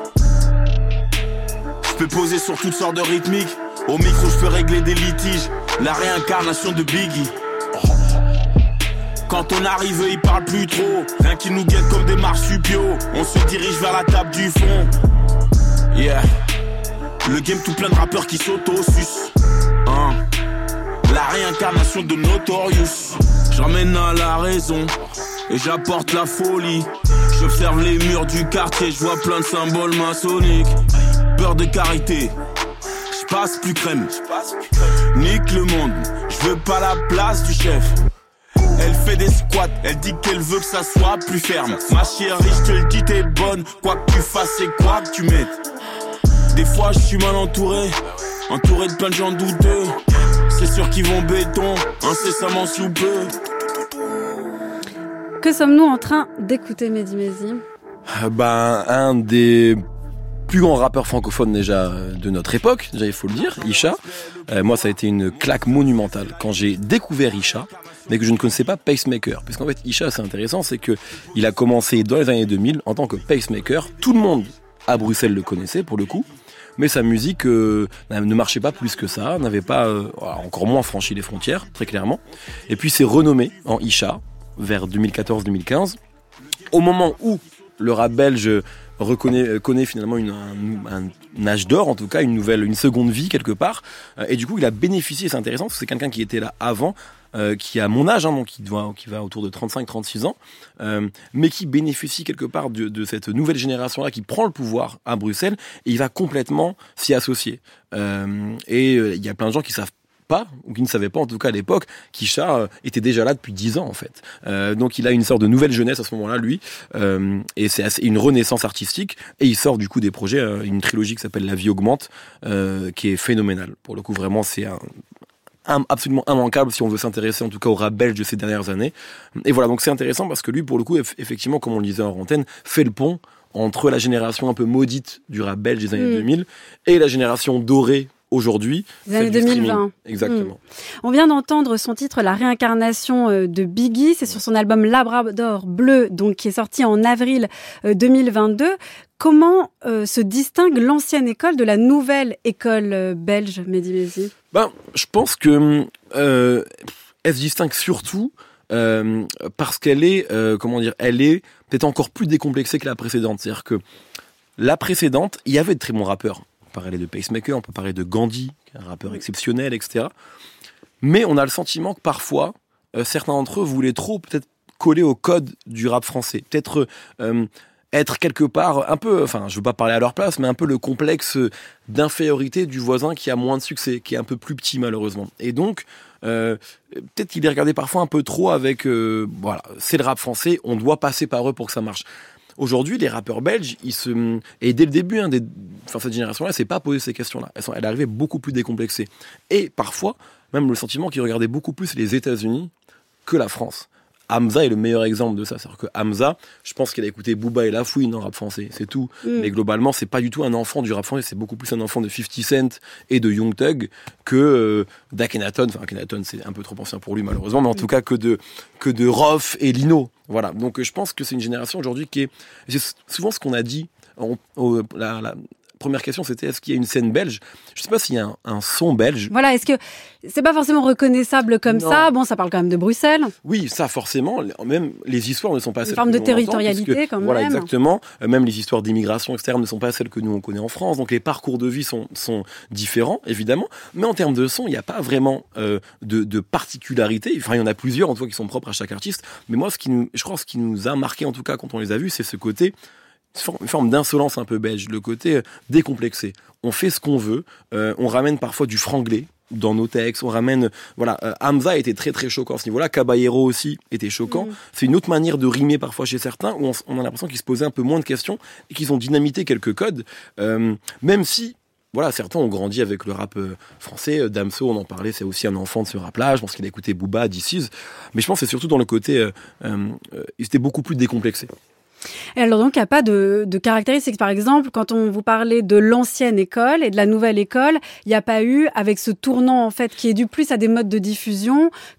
Je peux poser sur toutes sortes de rythmiques. Au micro, je peux régler des litiges. La réincarnation de Biggie. Quand on arrive, ils parlent plus trop. Rien qui nous guette comme des marsupiaux. On se dirige vers la table du fond. Yeah. Le game tout plein de rappeurs qui s'auto-sucent. Hein. La réincarnation. réincarnation de Notorious. J'emmène à la raison et j'apporte la folie. J'observe les murs du quartier, je vois plein de symboles maçonniques. Beurre de karité, je passe plus crème. Nique le monde, je veux pas la place du chef. Elle fait des squats, elle dit qu'elle veut que ça soit plus ferme. Ma chérie, je te le dis, t'es bonne. Quoi que tu fasses et quoi que tu mettes. Des fois, je suis mal entouré, entouré de plein de gens douteux. C'est sûr qu'ils vont béton, incessamment sous peu. Que sommes-nous en train d'écouter, Mehdi Maizy ? Ben, un des plus grands rappeurs francophones déjà de notre époque, déjà il faut le dire, Isha. Euh, moi, ça a été une claque monumentale quand j'ai découvert Isha, mais que je ne connaissais pas Pacemaker. Puisqu'en fait, Isha, c'est intéressant, c'est que il a commencé dans les années deux mille en tant que Pacemaker. Tout le monde à Bruxelles le connaissait pour le coup, mais sa musique euh, ne marchait pas plus que ça, n'avait pas euh, encore moins franchi les frontières, très clairement. Et puis c'est renommé en Isha vers deux mille quatorze deux mille quinze, au moment où le rap belge reconnaît, connaît finalement une, un, un âge d'or, en tout cas une nouvelle, une seconde vie quelque part. Et du coup, il a bénéficié, c'est intéressant, parce que c'est quelqu'un qui était là avant, euh, qui a mon âge, hein, donc qui, doit, qui va autour de trente-cinq trente-six ans, euh, mais qui bénéficie quelque part de, de cette nouvelle génération-là, qui prend le pouvoir à Bruxelles, et il va complètement s'y associer. Euh, et il y a plein de gens qui savent pas, ou qui ne savaient pas en tout cas à l'époque, qu'Isha euh, était déjà là depuis dix ans en fait. Euh, donc il a une sorte de nouvelle jeunesse à ce moment-là, lui, euh, et c'est assez, une renaissance artistique, et il sort du coup des projets, euh, une trilogie qui s'appelle La vie augmente, euh, qui est phénoménale. Pour le coup, vraiment, c'est un, un, absolument immanquable si on veut s'intéresser en tout cas au rap belge de ces dernières années. Et voilà, donc c'est intéressant parce que lui, pour le coup, eff- effectivement, comme on le disait en antenne, fait le pont entre la génération un peu maudite du rap belge des années mmh. deux mille et la génération dorée aujourd'hui, les années deux mille vingt. Exactement. Mmh. On vient d'entendre son titre, La réincarnation de Biggie. C'est sur son album Labrador Bleu, donc qui est sorti en avril deux mille vingt-deux. Comment euh, se distingue l'ancienne école de la nouvelle école euh, belge, Mehdi Maizy ? Ben, je pense que euh, elle se distingue surtout euh, parce qu'elle est, euh, comment dire, elle est peut-être encore plus décomplexée que la précédente. C'est-à-dire que la précédente, il y avait de très bons rappeurs. On peut parler de Pacemaker, on peut parler de Gandhi, qui est un rappeur exceptionnel, et cetera. Mais on a le sentiment que parfois, euh, certains d'entre eux voulaient trop peut-être coller au code du rap français. Peut-être euh, être quelque part un peu, enfin je veux pas parler à leur place, mais un peu le complexe d'infériorité du voisin qui a moins de succès, qui est un peu plus petit malheureusement. Et donc, euh, peut-être qu'il est regardé parfois un peu trop avec, euh, voilà, c'est le rap français, on doit passer par eux pour que ça marche. Aujourd'hui, les rappeurs belges, ils se... et dès le début, hein, des... enfin, cette génération-là, elle s'est pas posé ces questions-là. Elles sont... Elle est arrivée beaucoup plus décomplexée. Et parfois, même le sentiment qu'ils regardaient beaucoup plus les États-Unis que la France. Hamza est le meilleur exemple de ça. C'est-à-dire que Hamza, je pense qu'il a écouté Booba et La Fouine en rap français, c'est tout. Mm. Mais globalement, c'est pas du tout un enfant du rap français, c'est beaucoup plus un enfant de fifty Cent et de Young Thug que euh, d'Akhenaton. Enfin, Akhenaton, c'est un peu trop ancien pour lui, malheureusement, mais en mm. tout cas que de, que de Rof et Lino. Voilà. Donc, je pense que c'est une génération aujourd'hui qui est. C'est souvent ce qu'on a dit. On, on, la, la, première question, c'était est-ce qu'il y a une scène belge ? Je sais pas s'il y a un, un son belge. Voilà, est-ce que c'est pas forcément reconnaissable comme non. ça ? Bon, ça parle quand même de Bruxelles. Oui, ça forcément. Même les histoires ne sont pas celles une forme que de territorialité puisque, quand même. Voilà, exactement. Même les histoires d'immigration externe ne sont pas celles que nous on connaît en France. Donc les parcours de vie sont sont différents, évidemment. Mais en termes de son, il n'y a pas vraiment euh, de, de particularité. Enfin, il y en a plusieurs en tout cas qui sont propres à chaque artiste. Mais moi, ce qui nous, je crois, ce qui nous a marqué en tout cas quand on les a vus, c'est ce côté. Une forme d'insolence un peu belge, le côté décomplexé. On fait ce qu'on veut, euh, on ramène parfois du franglais dans nos textes, on ramène... Voilà, euh, Hamza était très très choquant à ce niveau-là, Caballero aussi était choquant. Mmh. C'est une autre manière de rimer parfois chez certains, où on, on a l'impression qu'ils se posaient un peu moins de questions et qu'ils ont dynamité quelques codes, euh, même si... Voilà, certains ont grandi avec le rap français. Damso, on en parlait, c'est aussi un enfant de ce rap-là. Je pense qu'il a écouté Booba, D six. Mais je pense que c'est surtout dans le côté... Euh, euh, il était beaucoup plus décomplexé. Et alors donc, il n'y a pas de, de caractéristiques. Par exemple, quand on vous parlait de l'ancienne école et de la nouvelle école, il n'y a pas eu, avec ce tournant en fait qui est dû plus à des modes de diffusion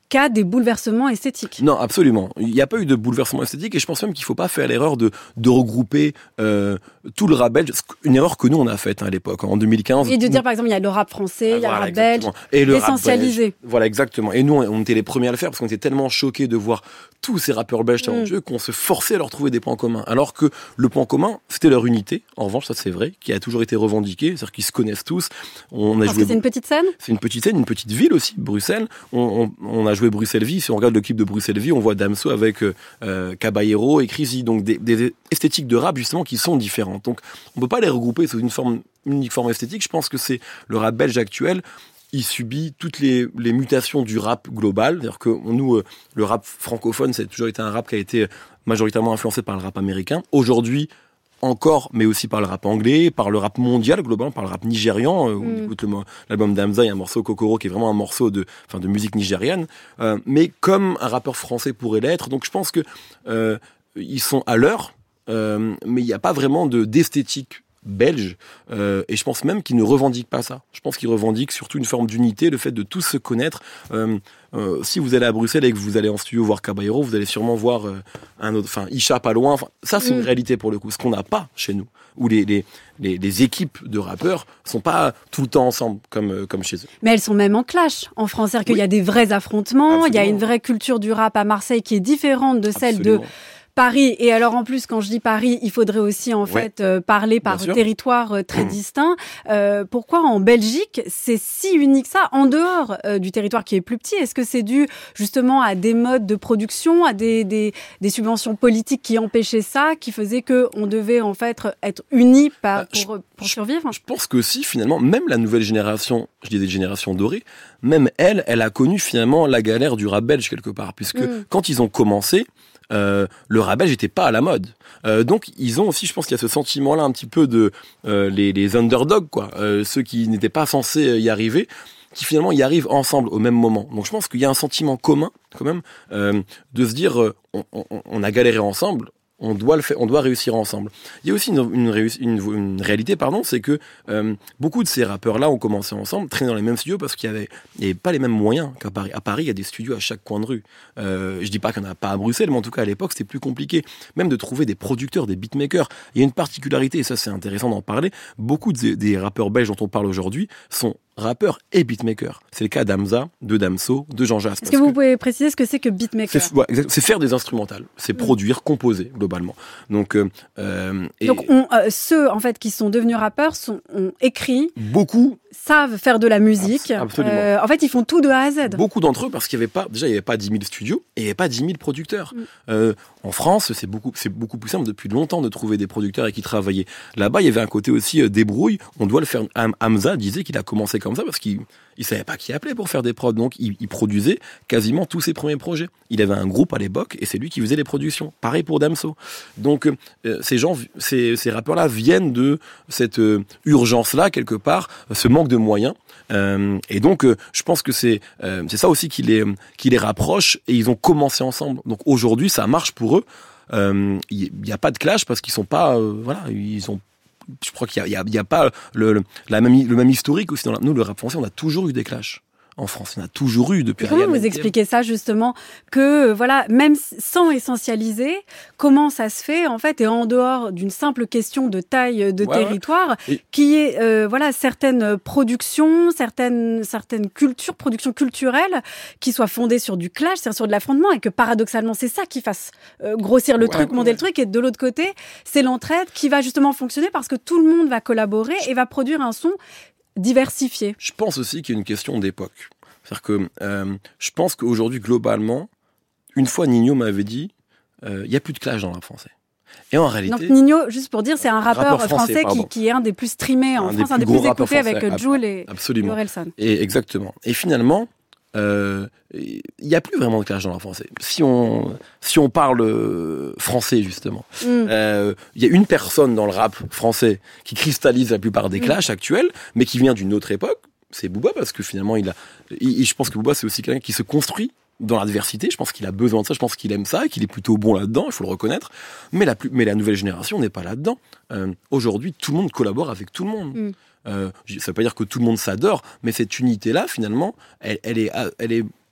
qu'à des bouleversements esthétiques. Non, absolument. Il n'y a pas eu de bouleversement esthétique et je pense même qu'il ne faut pas faire l'erreur de, de regrouper euh, tout le rap belge. Une erreur que nous, on a faite hein, à l'époque, en deux mille quinze. Et de dire, par exemple, il y a le rap français, il y a voilà, le rap belge, et le essentialisé. Rap belge. Voilà, exactement. Et nous, on était les premiers à le faire parce qu'on était tellement choqués de voir tous ces rappeurs belges talentueux mm. qu'on se forçait à leur trouver des points communs. Alors que le point commun, c'était leur unité. En revanche, ça c'est vrai, qui a toujours été revendiqué. C'est-à-dire qu'ils se connaissent tous. On a parce joué... que c'est une petite scène. C'est une petite scène, une petite ville aussi, Bruxelles. On, on, on a joué Bruxelles-Vie. Si on regarde le clip de Bruxelles-Vie, on voit Damso avec euh, Caballero et Crazy. Donc des, des esthétiques de rap justement qui sont différentes. Donc on peut pas les regrouper sous une forme, une unique forme esthétique. Je pense que c'est le rap belge actuel. Il subit toutes les, les mutations du rap global. C'est-à-dire que nous, euh, le rap francophone, ça a toujours été un rap qui a été majoritairement influencé par le rap américain. Aujourd'hui, encore, mais aussi par le rap anglais, par le rap mondial globalement, par le rap nigérian. Euh, mm. On écoute le, l'album d'Amza, il y a un morceau Kokoro qui est vraiment un morceau de, enfin, de musique nigériane, euh, mais comme un rappeur français pourrait l'être. Donc je pense que euh, ils sont à l'heure, euh, mais il n'y a pas vraiment de d'esthétique belge, euh, et je pense même qu'ils ne revendiquent pas ça. Je pense qu'ils revendiquent surtout une forme d'unité, le fait de tous se connaître. Euh, euh, si vous allez à Bruxelles et que vous allez en studio voir Caballero, vous allez sûrement voir euh, un autre, enfin Isha pas loin. Enfin, ça c'est mm. une réalité pour le coup, ce qu'on n'a pas chez nous, où les, les les les équipes de rappeurs sont pas tout le temps ensemble comme euh, comme chez eux. Mais elles sont même en clash en France, c'est-à-dire qu'il oui. y a des vrais affrontements, Absolument. Il y a une vraie culture du rap à Marseille qui est différente de celle Absolument. de Paris. Et alors en plus, quand je dis Paris, il faudrait aussi en ouais. fait euh, parler par territoire euh, très mmh. distinct. Euh, pourquoi en Belgique c'est si unique ça, en dehors euh, du territoire qui est plus petit? Est-ce que c'est dû justement à des modes de production, à des des, des subventions politiques qui empêchaient ça, qui faisaient que on devait en fait être unis par, pour, je, pour survivre? Je pense que si finalement, même la nouvelle génération, je dis des générations dorées, même elle, elle a connu finalement la galère du rap belge quelque part, puisque mmh. quand ils ont commencé, Euh, le rap belge n'était pas à la mode. Euh, donc ils ont aussi, je pense qu'il y a ce sentiment-là un petit peu de euh, les, les underdogs, quoi, euh, ceux qui n'étaient pas censés y arriver, qui finalement y arrivent ensemble au même moment. Donc je pense qu'il y a un sentiment commun, quand même, euh, de se dire euh, on, on, on a galéré ensemble. On doit le faire, on doit réussir ensemble. Il y a aussi une, une, une, une réalité, pardon, c'est que euh, beaucoup de ces rappeurs-là ont commencé ensemble, traînaient dans les mêmes studios parce qu'il y avait, il y avait pas les mêmes moyens qu'à Paris. À Paris, il y a des studios à chaque coin de rue. Euh, je dis pas qu'il n'y en a pas à Bruxelles, mais en tout cas à l'époque, c'était plus compliqué, même de trouver des producteurs, des beatmakers. Il y a une particularité, et ça c'est intéressant d'en parler. Beaucoup de, des rappeurs belges dont on parle aujourd'hui sont rappeur et beatmaker. C'est le cas d'Amza, de Damso, de Jean Jass. Est-ce que vous pouvez préciser ce que c'est que beatmaker? C'est, ouais, c'est faire des instrumentales, c'est mmh. produire, composer globalement. Donc, euh, et Donc on, euh, ceux en fait qui sont devenus rappeurs sont, ont écrit, beaucoup savent faire de la musique. Absolument. Euh, en fait, ils font tout de A à Z. Beaucoup d'entre eux, parce qu'il y avait pas, déjà il y avait pas dix mille studios et il y avait pas dix mille producteurs. Mmh. Euh, en France, c'est beaucoup, c'est beaucoup plus simple depuis longtemps de trouver des producteurs avec qui travailler. Là-bas, il y avait un côté aussi euh, débrouille. On doit le faire. Ham, Hamza disait qu'il a commencé comme ça parce qu'il il savait pas qui appeler pour faire des prods, donc il, il produisait quasiment tous ses premiers projets. Il avait un groupe à l'époque et c'est lui qui faisait les productions. Pareil pour Damso. Donc euh, ces gens, ces, ces rappeurs-là viennent de cette euh, urgence-là quelque part, ce manque de moyens. Euh, et donc euh, je pense que c'est euh, c'est ça aussi qui les qui les rapproche et ils ont commencé ensemble. Donc aujourd'hui ça marche pour eux. Il euh, y, y a pas de clash parce qu'ils sont pas euh, voilà ils ont je crois qu'il y a, il y a, il y a pas le, le, la même, le même historique aussi. Dans la, nous, le rap français, on a toujours eu des clashs. En France, on a toujours eu depuis. Et comment vous expliquez ça justement que voilà, même sans essentialiser, comment ça se fait en fait et en dehors d'une simple question de taille de ouais, territoire, ouais. qui est euh, voilà certaines productions, certaines certaines cultures, productions culturelles qui soient fondées sur du clash, c'est-à-dire sur de l'affrontement et que paradoxalement c'est ça qui fasse euh, grossir le ouais, truc, monter ouais. le truc et de l'autre côté c'est l'entraide qui va justement fonctionner parce que tout le monde va collaborer et va produire un son diversifié. Je pense aussi qu'il y a une question d'époque. C'est-à-dire que euh, je pense qu'aujourd'hui, globalement, une fois Nino m'avait dit, il euh, n'y a plus de clash dans le rap français. Et en réalité... Donc Nino, juste pour dire, c'est un rappeur, rappeur français, français qui, qui est un des plus streamés en un France, des un des plus écoutés avec euh, Jul et Orelsan. Et exactement. Et finalement, il euh, n'y a plus vraiment de clash dans le rap français. Si on, si on parle euh, français, justement, il mm. euh, y a une personne dans le rap français qui cristallise la plupart des clashs mm. actuels, mais qui vient d'une autre époque, c'est Booba, parce que finalement, il a, il, je pense que Booba, c'est aussi quelqu'un qui se construit dans l'adversité. Je pense qu'il a besoin de ça, je pense qu'il aime ça, qu'il est plutôt bon là-dedans, il faut le reconnaître. Mais la, plus, mais la nouvelle génération n'est pas là-dedans. Euh, aujourd'hui, tout le monde collabore avec tout le monde. Mm. Euh, ça veut pas dire que tout le monde s'adore, mais cette unité-là, finalement, elle, elle, est, elle est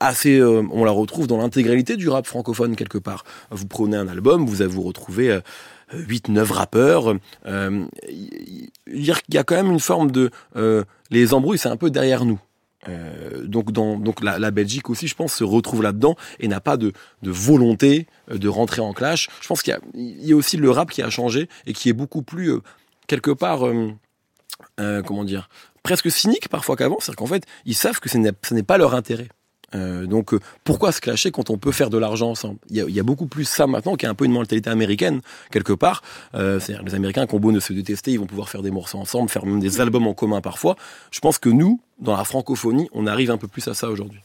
assez, euh, on la retrouve dans l'intégralité du rap francophone quelque part. Vous prenez un album, vous vous retrouvez euh, huit neuf rappeurs. Euh, il y a quand même une forme de... Euh, les embrouilles, c'est un peu derrière nous. Euh, donc, dans, donc la, la Belgique aussi, je pense, se retrouve là-dedans et n'a pas de, de volonté de rentrer en clash. Je pense qu'il y a, il y a aussi le rap qui a changé et qui est beaucoup plus, euh, quelque part, euh, euh, comment dire, presque cynique parfois qu'avant. C'est-à-dire qu'en fait, ils savent que ce n'est, ce n'est pas leur intérêt. Euh, donc, euh, pourquoi se clasher quand on peut faire de l'argent ensemble ? Il y a, il y a beaucoup plus ça maintenant, qui est un peu une mentalité américaine, quelque part. Euh, c'est-à-dire les Américains qui ont beau ne se détester, ils vont pouvoir faire des morceaux ensemble, faire même des albums en commun parfois. Je pense que nous, dans la francophonie, on arrive un peu plus à ça aujourd'hui.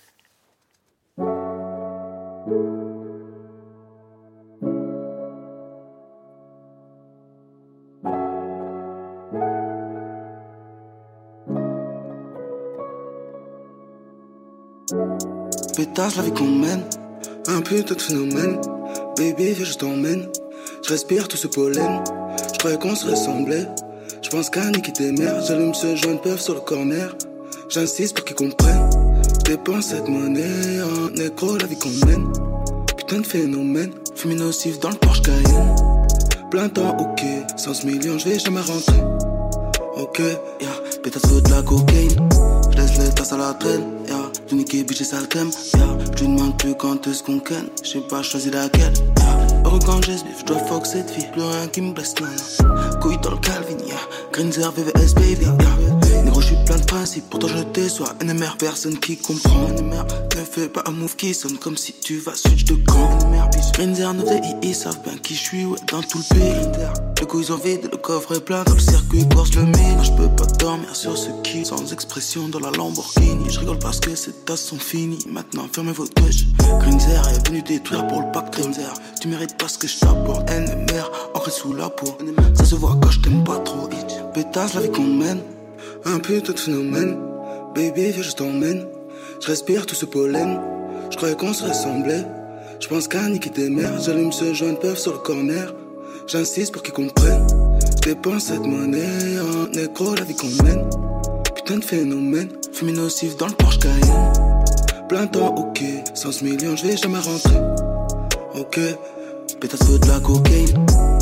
Pétasse la vie qu'on mène, un putain de phénomène. Baby, viens, je t'emmène. Je respire tout ce pollen. Je croyais qu'on se ressemblait. Je pense qu'à niquer tes mères. J'allume ce joint de puff sur le corner. J'insiste pour qu'ils comprennent. Je dépense cette monnaie en négro, la vie qu'on mène. Putain de phénomène. Fumée nocif dans le Porsche Cayenne. Plein temps, ok. cent millions, je vais jamais rentrer. Ok, yeah. Pétasse veut de la cocaïne. Je laisse les tasses à la traîne, yeah. Je niqué, bitch, et ça t'aime, yeah. Je lui demande plus quand est-ce qu'on ken. Je sais pas choisir laquelle, yeah. Heureux quand j'esbiffe, je dois fuck cette vie. Plus rien qui me blesse, non, non. Couille dans le Calvin, yeah. Greenzer, V V S, baby, yeah. Négro, j'suis plein de principes, pourtant je déçois. N M R, personne qui comprend. N M R, ne fais pas un move qui sonne comme si tu vas switch de camp. N M R, bitch. Greenzer, nos V I I savent bien qui j'suis, ouais, dans tout le pays. Le coup ils ont vide, le coffre est plein. Dans le circuit, course le mine. Je peux pas dormir sur ce qui, sans expression dans la Lamborghini. Je rigole parce que ces tasses sont finies. Maintenant, fermez vos touches. Greenzer est venu détruire pour le pack Greenzer. Tu mérites pas ce que je t'apporte. N M R, ancré sous la peau. Ça se voit quand je t'aime pas trop, bitch. Pétasse la vie qu'on mène. Un putain de phénomène. Baby, viens, je t'emmène. Je respire tout ce pollen. Je croyais qu'on se ressemblait. Je pense qu'à niquer tes mères. J'allume ce joint de puff sur le corner. J'insiste pour qu'ils comprennent. Je dépense cette monnaie en négro, la vie qu'on mène. Putain de phénomène. Fumée nocif dans le Porsche Cayenne. Plein temps, ok. cent millions, je vais jamais rentrer. Ok. Pétasse veut de la cocaïne.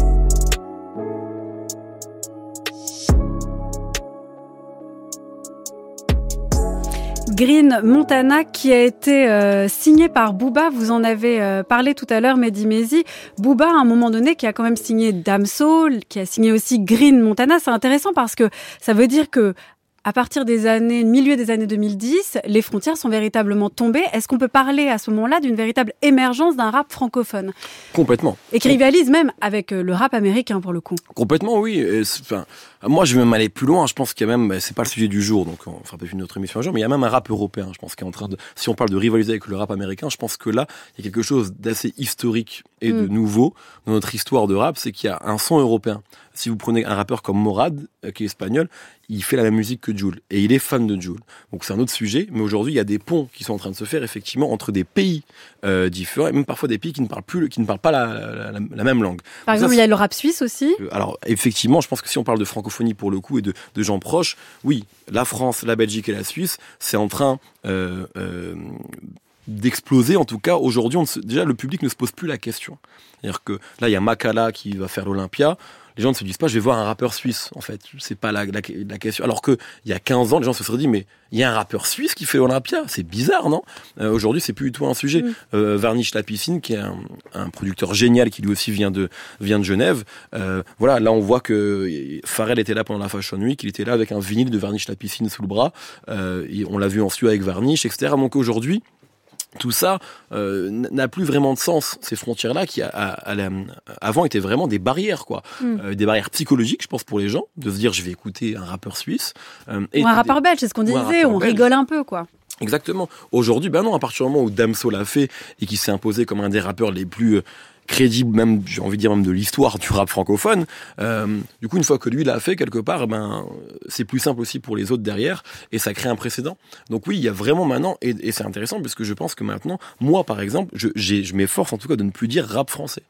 Green Montana qui a été euh, signé par Booba, vous en avez euh, parlé tout à l'heure, Mehdi Maizi. Booba, à un moment donné, qui a quand même signé Damso, qui a signé aussi Green Montana. C'est intéressant parce que ça veut dire que à partir des années, milieu des années deux mille dix, les frontières sont véritablement tombées. Est-ce qu'on peut parler à ce moment-là d'une véritable émergence d'un rap francophone ? Complètement. Et qui rivalise même avec le rap américain, pour le coup. Complètement, oui. Enfin, moi, je vais même aller plus loin. Je pense qu'il y a même, c'est pas le sujet du jour, donc on fera peut-être une autre émission un jour, mais il y a même un rap européen, je pense, qui est en train de, si on parle de rivaliser avec le rap américain, je pense que là, il y a quelque chose d'assez historique et de mm. nouveau dans notre histoire de rap, c'est qu'il y a un son européen. Si vous prenez un rappeur comme Morad, qui est espagnol, il fait la même musique que Jul, et il est fan de Jul. Donc c'est un autre sujet, mais aujourd'hui, il y a des ponts qui sont en train de se faire, effectivement, entre des pays euh, différents, et même parfois des pays qui ne parlent plus, qui ne parlent pas la, la, la, la même langue. Par Donc exemple, ça, il y a le rap suisse aussi. Alors, effectivement, je pense que si on parle de francophonie pour le coup, et de, de gens proches, oui, la France, la Belgique et la Suisse, c'est en train... Euh, euh, d'exploser, en tout cas aujourd'hui on se, déjà le public ne se pose plus la question, c'est-à-dire que là il y a Makala qui va faire l'Olympia, les gens ne se disent pas je vais voir un rappeur suisse, en fait c'est pas la, la, la question, alors que il y a quinze ans les gens se seraient dit mais il y a un rappeur suisse qui fait l'Olympia, c'est bizarre non euh, aujourd'hui c'est plus du tout un sujet. mmh. euh, Varnish La Piscine qui est un, un producteur génial qui lui aussi vient de, vient de Genève, euh, voilà là on voit que Pharrell était là pendant la Fashion Week, il était là avec un vinyle de Varnish La Piscine sous le bras, euh, et on l'a vu en studio avec Varnish, etc. Donc aujourd'hui tout ça euh, n'a plus vraiment de sens. Ces frontières-là, qui à, à, à, avant étaient vraiment des barrières, quoi, mm. euh, des barrières psychologiques, je pense, pour les gens, de se dire je vais écouter un rappeur suisse euh, et ou un rappeur belge, c'est ce qu'on disait, on belge. Rigole un peu, quoi. Exactement. Aujourd'hui, ben non, à partir du moment où Damso l'a fait et qui s'est imposé comme un des rappeurs les plus euh, crédible, même j'ai envie de dire même de l'histoire du rap francophone. Euh, du coup, une fois que lui l'a fait quelque part, ben c'est plus simple aussi pour les autres derrière, et ça crée un précédent. Donc oui, il y a vraiment maintenant, et, et c'est intéressant parce que je pense que maintenant, moi par exemple, je, j'ai, je m'efforce en tout cas de ne plus dire rap français.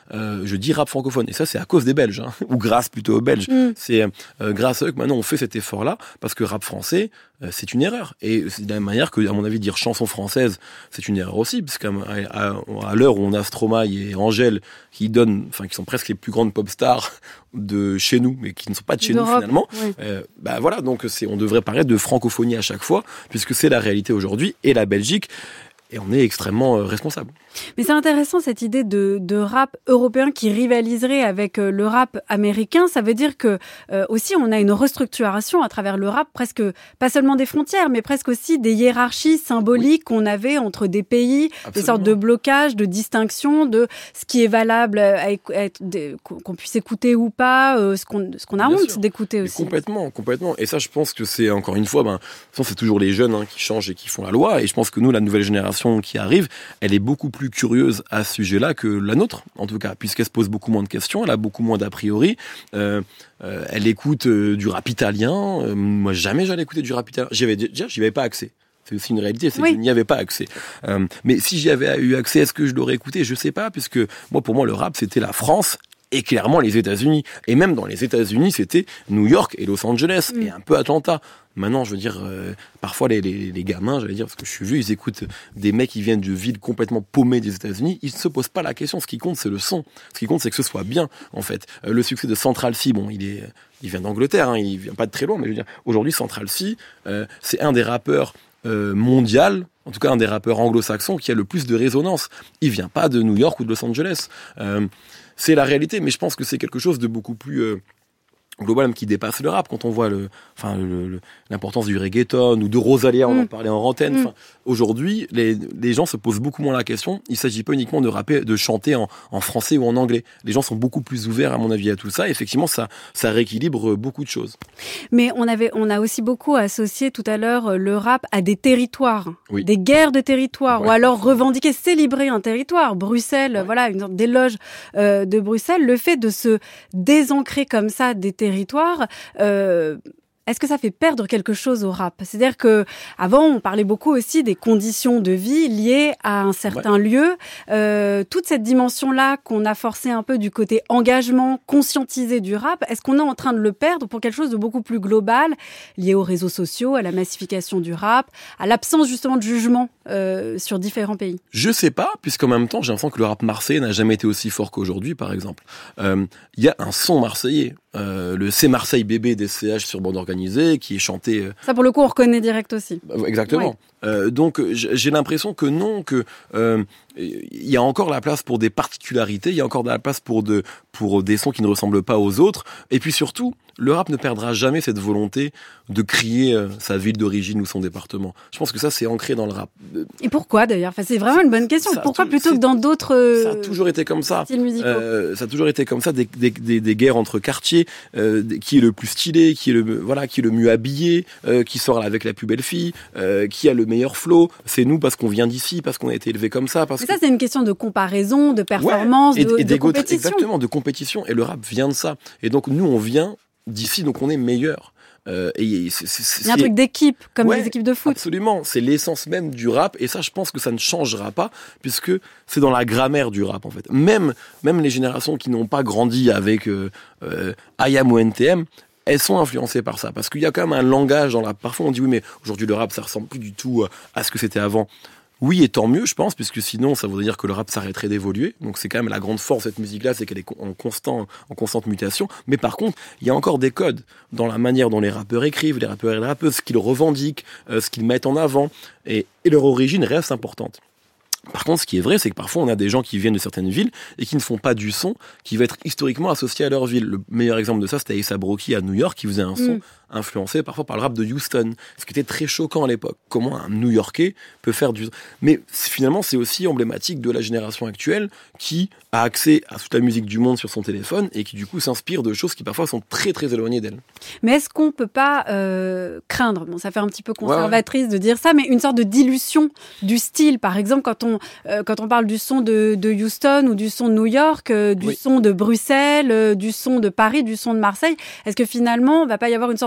euh, je dis rap francophone. Et ça, c'est à cause des Belges, hein, ou grâce plutôt aux Belges. Mm. C'est euh, grâce à eux que maintenant on fait cet effort-là, parce que rap français, euh, c'est une erreur. Et c'est de la même manière que, à mon avis, dire chanson française, c'est une erreur aussi, parce qu'à à, à l'heure où on a Stromae et Angèle qui donnent, enfin, qui sont presque les plus grandes pop stars de chez nous, mais qui ne sont pas de chez D'Europe, nous finalement, oui. euh, bah voilà, donc c'est, on devrait parler de francophonie à chaque fois, puisque c'est la réalité aujourd'hui, et la Belgique. Et on est extrêmement euh, responsable. Mais c'est intéressant cette idée de, de rap européen qui rivaliserait avec euh, le rap américain. Ça veut dire que euh, aussi on a une restructuration à travers le rap, presque pas seulement des frontières, mais presque aussi des hiérarchies symboliques oui. qu'on avait entre des pays, Absolument. Des sortes de blocages, de distinctions, de ce qui est valable, à, à, à, de, qu'on puisse écouter ou pas, euh, ce qu'on, ce qu'on a Bien honte sûr. D'écouter aussi. Et complètement, complètement. Et ça, je pense que c'est encore une fois, ben, de toute façon, c'est toujours les jeunes hein, qui changent et qui font la loi. Et je pense que nous, la nouvelle génération qui arrive, elle est beaucoup plus curieuse à ce sujet-là que la nôtre, en tout cas, puisqu'elle se pose beaucoup moins de questions, elle a beaucoup moins d'a priori. Euh, euh, elle écoute euh, du rap italien. Euh, moi, jamais j'allais écouter du rap italien. J'y avais déjà, j'y avais pas accès. C'est aussi une réalité, c'est oui. que je n'y avais pas accès. Euh, mais si j'y avais eu accès, est-ce que je l'aurais écouté ? Je sais pas, puisque moi, pour moi, le rap, c'était la France. Et clairement les États-Unis. Et même dans les États-Unis, c'était New York et Los Angeles mmh. et un peu Atlanta. Maintenant, je veux dire, euh, parfois les, les, les gamins, j'allais dire, parce que je suis vieux, ils écoutent des mecs qui viennent de villes complètement paumées des États-Unis. Ils ne se posent pas la question. Ce qui compte, c'est le son. Ce qui compte, c'est que ce soit bien, en fait. Euh, le succès de Central C, bon, il est, il vient d'Angleterre, hein, il vient pas de très loin, mais je veux dire, aujourd'hui, Central C, euh, c'est un des rappeurs euh, mondial, en tout cas un des rappeurs anglo-saxons qui a le plus de résonance. Il vient pas de New York ou de Los Angeles. Euh, C'est la réalité, mais je pense que c'est quelque chose de beaucoup plus euh, global, même qui dépasse le rap. Quand on voit le, enfin, le, le, l'importance du reggaeton ou de Rosalia, on mm. en parlait en antenne. Mm. Aujourd'hui, les, les gens se posent beaucoup moins la question. Il ne s'agit pas uniquement de rapper, de chanter en, en français ou en anglais. Les gens sont beaucoup plus ouverts, à mon avis, à tout ça. Et effectivement, ça, ça rééquilibre beaucoup de choses. Mais on avait, on a aussi beaucoup associé tout à l'heure le rap à des territoires, oui. des guerres de territoires, ouais. ou alors revendiquer, célébrer un territoire. Bruxelles, ouais. voilà, une sorte d'éloge euh, de Bruxelles. Le fait de se désancrer comme ça des territoires. Euh, Est-ce que ça fait perdre quelque chose au rap ? C'est-à-dire que avant, on parlait beaucoup aussi des conditions de vie liées à un certain ouais. lieu. Euh, toute cette dimension-là qu'on a forcé un peu du côté engagement, conscientisé du rap, est-ce qu'on est en train de le perdre pour quelque chose de beaucoup plus global, lié aux réseaux sociaux, à la massification du rap, à l'absence justement de jugement euh, sur différents pays ? Je sais pas, puisqu'en même temps, j'ai l'impression que le rap marseillais n'a jamais été aussi fort qu'aujourd'hui, par exemple. Il euh, y a un son marseillais. Euh, le C'est Marseille bébé des C H sur bande organisée qui est chanté. Euh... Ça pour le coup on reconnaît direct aussi. Exactement. Ouais. Euh, donc j'ai l'impression que non, que euh, il y a encore la place pour des particularités, il y a encore de la place pour de pour des sons qui ne ressemblent pas aux autres. Et puis surtout, le rap ne perdra jamais cette volonté de crier euh, sa ville d'origine ou son département. Je pense que ça c'est ancré dans le rap. Et pourquoi d'ailleurs ? Enfin, c'est vraiment une bonne question. Ça pourquoi tout, plutôt que dans d'autres euh, Ça a toujours été comme ça. Styles musicaux. Euh, ça a toujours été comme ça, des, des, des, des guerres entre quartiers. Euh, qui est le plus stylé, qui est le voilà, qui est le mieux habillé, euh, qui sort avec la plus belle fille, euh, qui a le meilleur flow. C'est nous parce qu'on vient d'ici, parce qu'on a été élevé comme ça. Parce Mais que... ça, c'est une question de comparaison, de performance, ouais, et, de, et de compétition. Exactement, de compétition. Et le rap vient de ça. Et donc nous, on vient d'ici, donc on est meilleur. Euh, et c'est, c'est, c'est, Il y a un truc d'équipe, comme ouais, les équipes de foot. Absolument, c'est l'essence même du rap, et ça, je pense que ça ne changera pas, puisque c'est dans la grammaire du rap, en fait. Même, même les générations qui n'ont pas grandi avec euh, euh, I A M ou N T M, elles sont influencées par ça, parce qu'il y a quand même un langage dans la... Parfois, on dit, oui, mais aujourd'hui, le rap, ça ressemble plus du tout à ce que c'était avant. Oui, et tant mieux, je pense, puisque sinon, ça voudrait dire que le rap s'arrêterait d'évoluer. Donc, c'est quand même la grande force de cette musique-là, c'est qu'elle est en, constant, en constante mutation. Mais par contre, il y a encore des codes dans la manière dont les rappeurs écrivent, les rappeurs et les rappeuses, ce qu'ils revendiquent, euh, ce qu'ils mettent en avant. Et, et leur origine reste importante. Par contre, ce qui est vrai, c'est que parfois, on a des gens qui viennent de certaines villes et qui ne font pas du son qui va être historiquement associé à leur ville. Le meilleur exemple de ça, c'était A$AP Rocky à New York, qui faisait un son mm. influencé parfois par le rap de Houston, ce qui était très choquant à l'époque. Comment un New-Yorkais peut faire du... Mais finalement, c'est aussi emblématique de la génération actuelle qui a accès à toute la musique du monde sur son téléphone et qui, du coup, s'inspire de choses qui parfois sont très, très éloignées d'elle. Mais est-ce qu'on peut pas euh, craindre, bon, ça fait un petit peu conservatrice ouais, ouais. de dire ça, mais une sorte de dilution du style. Par exemple, quand on Euh, quand on parle du son de, de Houston ou du son de New York, euh, du oui. son de Bruxelles, euh, du son de Paris, du son de Marseille, est-ce que finalement, il ne va pas y avoir une sorte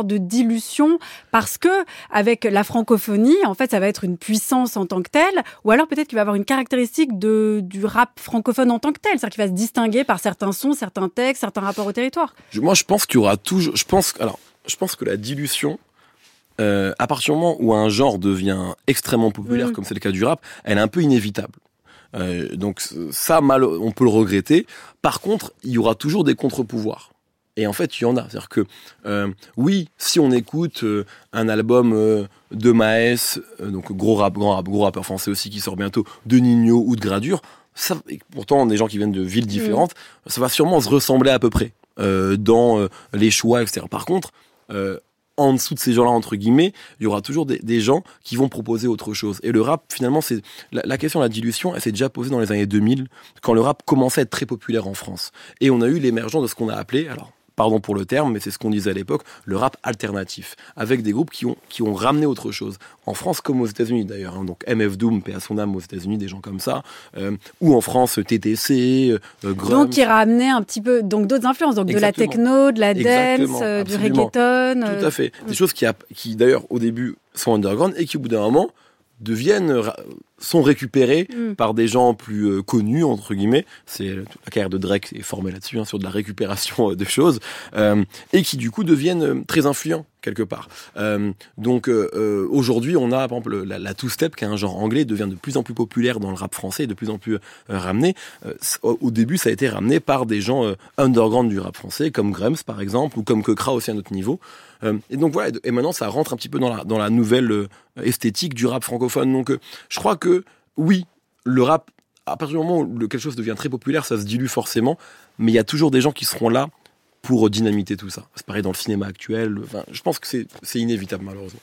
sorte de dilution parce que avec la francophonie, en fait, ça va être une puissance en tant que telle, ou alors peut-être qu'il va avoir une caractéristique de, du rap francophone en tant que tel, c'est-à-dire qu'il va se distinguer par certains sons, certains textes, certains rapports au territoire. Je, moi, je pense qu'il y aura toujours, je pense, alors, je pense que la dilution, euh, à partir du moment où un genre devient extrêmement populaire, mmh. comme c'est le cas du rap, elle est un peu inévitable. Euh, donc ça, mal, on peut le regretter. Par contre, il y aura toujours des contre-pouvoirs. Et en fait, il y en a. C'est-à-dire que, euh, oui, si on écoute euh, un album euh, de Maes, euh, donc gros rap, grand rap, gros rappeur français aussi qui sort bientôt, de Ninho ou de Gradure, ça, et pourtant des gens qui viennent de villes différentes, mmh. ça va sûrement se ressembler à peu près euh, dans euh, les choix, et cetera. Par contre, euh, en dessous de ces gens-là, entre guillemets, il y aura toujours des, des gens qui vont proposer autre chose. Et le rap, finalement, c'est la, la question de la dilution, elle s'est déjà posée dans les années deux mille, quand le rap commençait à être très populaire en France. Et on a eu l'émergence de ce qu'on a appelé, alors, pardon pour le terme, mais c'est ce qu'on disait à l'époque, le rap alternatif, avec des groupes qui ont, qui ont ramené autre chose. En France, comme aux États-Unis d'ailleurs, hein, donc M F Doom, paix à son âme aux États-Unis, des gens comme ça, euh, ou en France, T T C, euh, Grumps. Donc qui ramenait un petit peu, donc d'autres influences, donc Exactement. de la techno, de la dance, euh, du reggaeton. Tout à fait. Des choses qui, a, qui d'ailleurs au début sont underground et qui au bout d'un moment deviennent, sont récupérés mm. par des gens plus euh, connus, entre guillemets. C'est la carrière de Drake est formée là-dessus, hein, sur de la récupération euh, de choses, euh, et qui du coup deviennent euh, très influents quelque part. Euh, donc euh, aujourd'hui, on a par exemple la, la two-step, qui est un genre anglais, devient de plus en plus populaire dans le rap français, et de plus en plus euh, ramené. Euh, au début, ça a été ramené par des gens euh, underground du rap français, comme Grumps par exemple, ou comme Kekra aussi à notre niveau. Euh, et donc voilà, et maintenant ça rentre un petit peu dans la, dans la nouvelle euh, esthétique du rap francophone. Donc euh, je crois que oui, le rap, à partir du moment où le, quelque chose devient très populaire, ça se dilue forcément, mais il y a toujours des gens qui seront là pour dynamiter tout ça. C'est pareil dans le cinéma actuel, enfin, je pense que c'est, c'est inévitable malheureusement.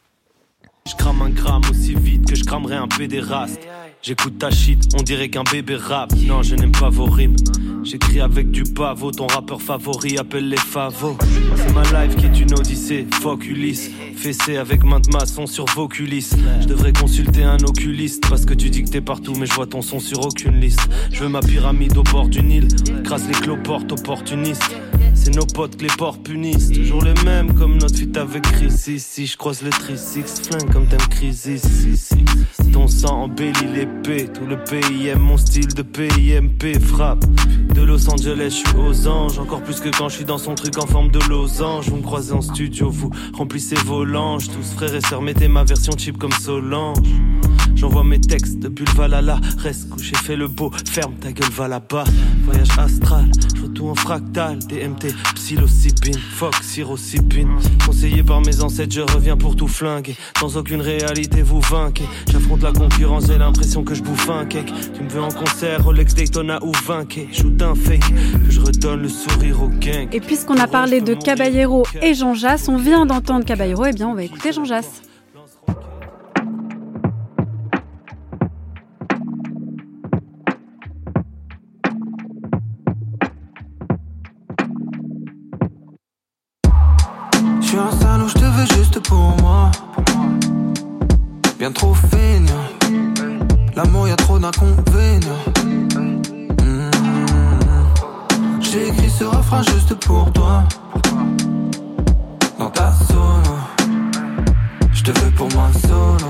Je crame un gramme aussi vite que je cramerais un pédéraste. J'écoute ta shit, on dirait qu'un bébé rappe. Non, je n'aime pas vos rimes. J'écris avec du pavot, ton rappeur favori appelle les favos. C'est ma life qui est une odyssée, fuck Ulysse. Fessé avec main de maçon sur vos culisses. Je devrais consulter un oculiste, parce que tu dis que t'es partout, mais je vois ton son sur aucune liste. Je veux ma pyramide au bord du Nil, crasse les cloportes opportunistes. C'est nos potes que les porcs punissent. Toujours les mêmes comme notre feat avec Chris. Si, si, je croise le tri-six, flingue comme t'aimes Crisis. Si, si, ton sang embellit l'épée. Tout le pays aime mon style de P I M P. Frappe de Los Angeles, je suis aux anges. Encore plus que quand je suis dans son truc en forme de losange. Vous me croisez en studio, vous remplissez vos langes. Tous frères et sœurs, mettez ma version cheap comme Solange. J'envoie mes textes depuis le Valhalla. Reste couché, fais le beau, ferme ta gueule, va là-bas. Voyage astral, je vois tout en fractal. D M T, psilocybine, fuck, psilocybine. Conseillé par mes ancêtres, je reviens pour tout flinguer. Dans aucune réalité vous vainquez. J'affronte la concurrence, j'ai l'impression que je bouffe un cake. Tu me veux en concert, Rolex Daytona ou vainqué. Shoot un fake, que je redonne le sourire au gang. Et puisqu'on a parlé de Caballero et Jean Jass, on vient d'entendre Caballero, et bien on va écouter Jean Jass. Je suis un salaud, je te veux juste pour moi. Bien trop feignant. L'amour, y'a trop d'inconvénients. Mmh. J'ai écrit ce refrain juste pour toi. Dans ta solo. Je te veux pour moi solo.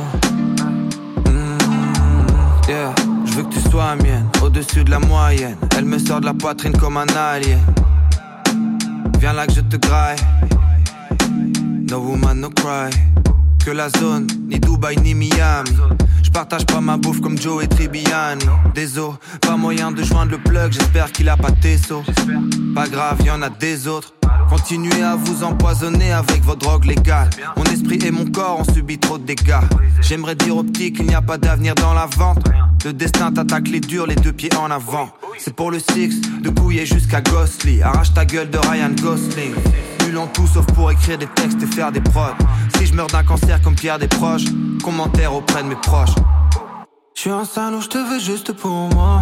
Mmh. Yeah. Je veux que tu sois mienne, au-dessus de la moyenne. Elle me sort de la poitrine comme un alien. Viens là que je te graille. No woman, no cry. Que la zone, ni Dubaï, ni Miami. J'partage pas ma bouffe comme Joe et Tribbiani. Désolé, pas moyen de joindre le plug. J'espère qu'il a pas tes sauts. Pas grave, y'en a des autres. Continuez à vous empoisonner avec vos drogues légales. Mon esprit et mon corps ont subi trop de dégâts. J'aimerais dire au petit qu'il n'y a pas d'avenir dans la vente. Le destin t'attaque les durs, les deux pieds en avant. C'est pour le six, de couiller jusqu'à Ghostly. Arrache ta gueule de Ryan Gosling. Nul en tout sauf pour écrire des textes et faire des prods. Si je meurs d'un cancer comme Pierre Desproges, commentaire auprès de mes proches. Je suis un salaud, je te veux juste pour moi.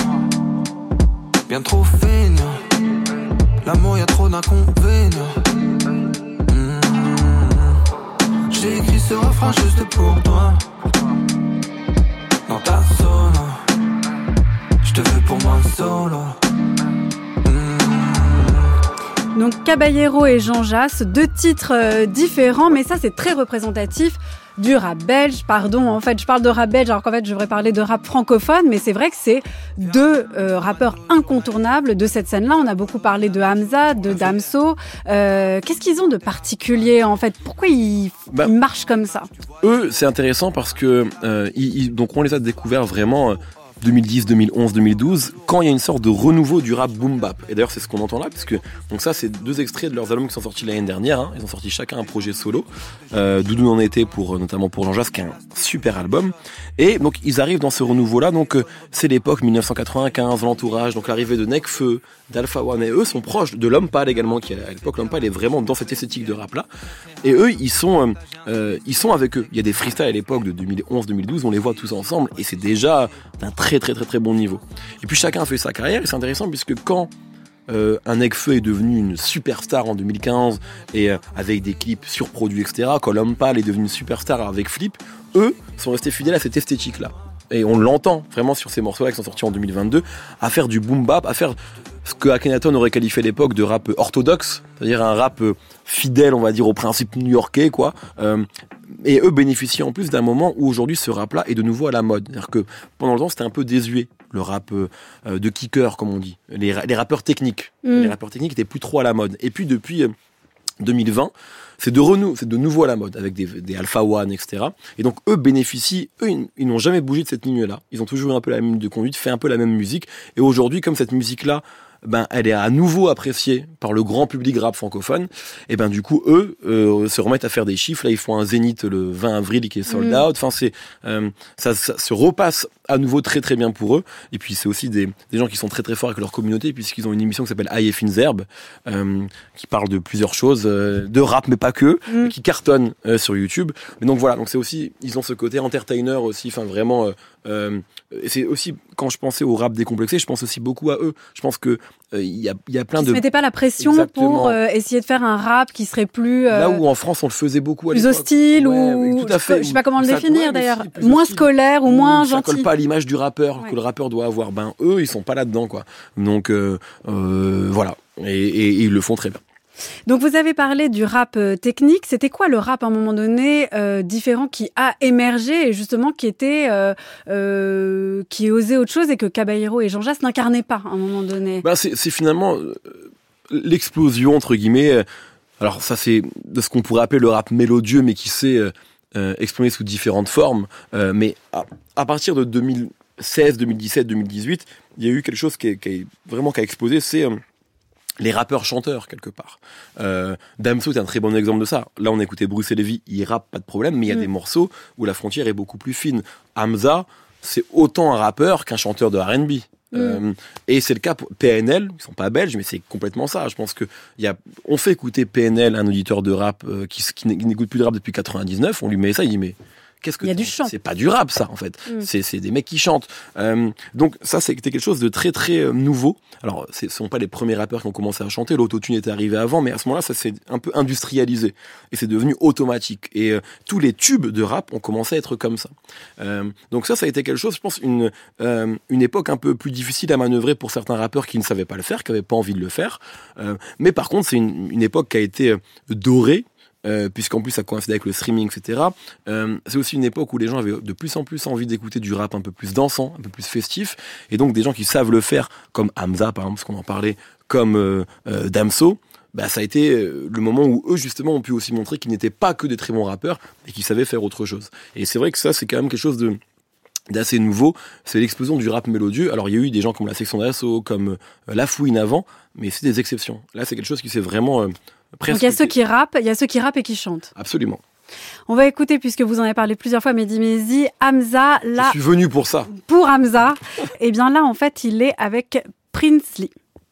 Bien trop feignant. L'amour, y'a trop d'inconvénients. Mmh. J'ai écrit ce refrain juste pour toi. Dans ta solo. Je te veux pour moi solo. Donc Caballero et Jean Jass, deux titres euh, différents, mais ça c'est très représentatif du rap belge, pardon, en fait je parle de rap belge alors qu'en fait je devrais parler de rap francophone, mais c'est vrai que c'est deux euh, rappeurs incontournables de cette scène-là. On a beaucoup parlé de Hamza, de Damso. Euh, qu'est-ce qu'ils ont de particulier en fait? Pourquoi ils, bah, ils marchent comme ça? Eux, c'est intéressant parce que euh, ils, ils, donc on les a découverts vraiment euh, deux mille dix, deux mille onze, deux mille douze, quand il y a une sorte de renouveau du rap boom bap. Et d'ailleurs, c'est ce qu'on entend là, parce que donc ça, c'est deux extraits de leurs albums qui sont sortis l'année dernière. Hein. Ils ont sorti chacun un projet solo. Euh, Doudou en était pour notamment pour Jean Jass, qui est un super album. Et donc ils arrivent dans ce renouveau-là. Donc euh, c'est l'époque dix-neuf cent quatre-vingt-quinze, l'entourage, donc l'arrivée de Nekfeu, d'Alpha One. Et eux sont proches de L'Homme Pâle également, qui à l'époque L'Homme Pâle est vraiment dans cette esthétique de rap là. Et eux, ils sont, euh, ils sont avec eux. Il y a des freestyles à l'époque de deux mille onze, deux mille douze, on les voit tous ensemble, et c'est déjà d'un très très très très bon niveau. Et puis chacun fait sa carrière, et c'est intéressant puisque quand euh, un Nekfeu est devenu une superstar en deux mille quinze et euh, avec des clips surproduits, et cetera, quand L'Homme Pâle est devenu une superstar avec Flip, eux sont restés fidèles à cette esthétique là. Et on l'entend vraiment sur ces morceaux-là qui sont sortis en deux mille vingt-deux, à faire du boom bap, à faire ce que Akhenaton aurait qualifié à l'époque de rap orthodoxe, c'est-à-dire un rap fidèle, on va dire, aux principes new-yorkais, quoi. Euh, et eux bénéficient en plus d'un moment où aujourd'hui ce rap-là est de nouveau à la mode. C'est-à-dire que pendant le temps, c'était un peu désuet, le rap euh, de kicker, comme on dit, les, les rappeurs techniques. Mm. Les rappeurs techniques étaient plus trop à la mode. Et puis depuis euh, deux mille vingt, c'est de renou, c'est de nouveau à la mode, avec des, des Alpha One, et cetera. Et donc, eux bénéficient, eux, ils, ils n'ont jamais bougé de cette ligne-là. Ils ont toujours eu un peu la même ligne de conduite, fait un peu la même musique. Et aujourd'hui, comme cette musique-là, ben, elle est à nouveau appréciée par le grand public rap francophone, et ben, du coup, eux, euh, se remettent à faire des chiffres. Là, ils font un Zénith le vingt avril qui est sold mmh. out. Enfin, c'est, euh, ça, ça se repasse à nouveau très très bien pour eux. Et puis, c'est aussi des, des gens qui sont très très forts avec leur communauté, puisqu'ils ont une émission qui s'appelle Aïe et Fines Herbes, euh, qui parle de plusieurs choses, euh, de rap, mais pas que, mmh. qui cartonne euh, sur YouTube. Mais donc voilà, donc c'est aussi, ils ont ce côté entertainer aussi, enfin vraiment, euh, euh, et c'est aussi, quand je pensais au rap décomplexé, je pense aussi beaucoup à eux. Je pense que il euh, y a, y a plein qui de... Ils ne mettaient pas la pression Exactement. pour euh, essayer de faire un rap qui serait plus... Euh, Là où en France, on le faisait beaucoup à plus l'époque. hostile, ouais, ou... Tout à fait. Je sais pas comment le ça, définir ouais, d'ailleurs. Si, moins hostile. scolaire ou moins ça gentil. Ça colle pas à l'image du rappeur, ouais. que le rappeur doit avoir. Ben, eux, ils sont pas là-dedans, quoi. Donc, euh, euh, voilà. Et, et, et ils le font très bien. Donc vous avez parlé du rap euh, technique. C'était quoi le rap à un moment donné euh, différent qui a émergé et justement qui était euh, euh, qui osait autre chose et que Caballero et Jean Jass n'incarnaient pas à un moment donné? Bah c'est, c'est finalement euh, l'explosion entre guillemets. Euh, alors ça c'est de ce qu'on pourrait appeler le rap mélodieux, mais qui s'est euh, euh, exprimé sous différentes formes. Euh, mais à, à partir de deux mille seize, deux mille dix-sept, deux mille dix-huit, il y a eu quelque chose qui, est, qui est vraiment qui a explosé. C'est euh, les rappeurs chanteurs, quelque part. Euh, Damso est un très bon exemple de ça. Là, on écoutait Bruce et Levy, il rappe, pas de problème, mais il y a mmh. des morceaux où la frontière est beaucoup plus fine. Hamza, c'est autant un rappeur qu'un chanteur de R and B. Mmh. Euh, et c'est le cas pour P N L, ils sont pas belges, mais c'est complètement ça. Je pense que il y a, on fait écouter P N L, un auditeur de rap euh, qui, qui n'écoute plus de rap depuis quatre-vingt-dix-neuf, on lui met ça, il dit mais qu'est-ce que il y a du chant. C'est pas du rap, ça, en fait. Mm. C'est, c'est des mecs qui chantent. Euh, donc, ça, c'était quelque chose de très, très euh, nouveau. Alors, ce ne sont pas les premiers rappeurs qui ont commencé à chanter. L'autotune était arrivé avant, mais à ce moment-là, ça s'est un peu industrialisé. Et c'est devenu automatique. Et euh, tous les tubes de rap ont commencé à être comme ça. Euh, donc ça, ça a été quelque chose, je pense, une, euh, une époque un peu plus difficile à manœuvrer pour certains rappeurs qui ne savaient pas le faire, qui n'avaient pas envie de le faire. Euh, mais par contre, c'est une, une époque qui a été euh, dorée. Euh, puisqu'en plus ça coïncidait avec le streaming, et cetera. Euh, c'est aussi une époque où les gens avaient de plus en plus envie d'écouter du rap un peu plus dansant, un peu plus festif, et donc des gens qui savent le faire, comme Hamza par exemple, parce qu'on en parlait, comme euh, euh, Damso, bah, ça a été euh, le moment où eux justement ont pu aussi montrer qu'ils n'étaient pas que des très bons rappeurs, et qu'ils savaient faire autre chose. Et c'est vrai que ça c'est quand même quelque chose de d'assez nouveau, c'est l'explosion du rap mélodieux. Alors il y a eu des gens comme la Section d'Assaut, comme euh, La Fouine avant, mais c'est des exceptions. Là c'est quelque chose qui s'est vraiment... Euh, Presque. Donc il y a ceux qui rappent, il y a ceux qui rappent et qui chantent. Absolument. On va écouter, puisque vous en avez parlé plusieurs fois, Mehdi Maizi, Hamza. Là, je suis venu pour ça. Pour Hamza. Et bien là, en fait, il est avec Princely.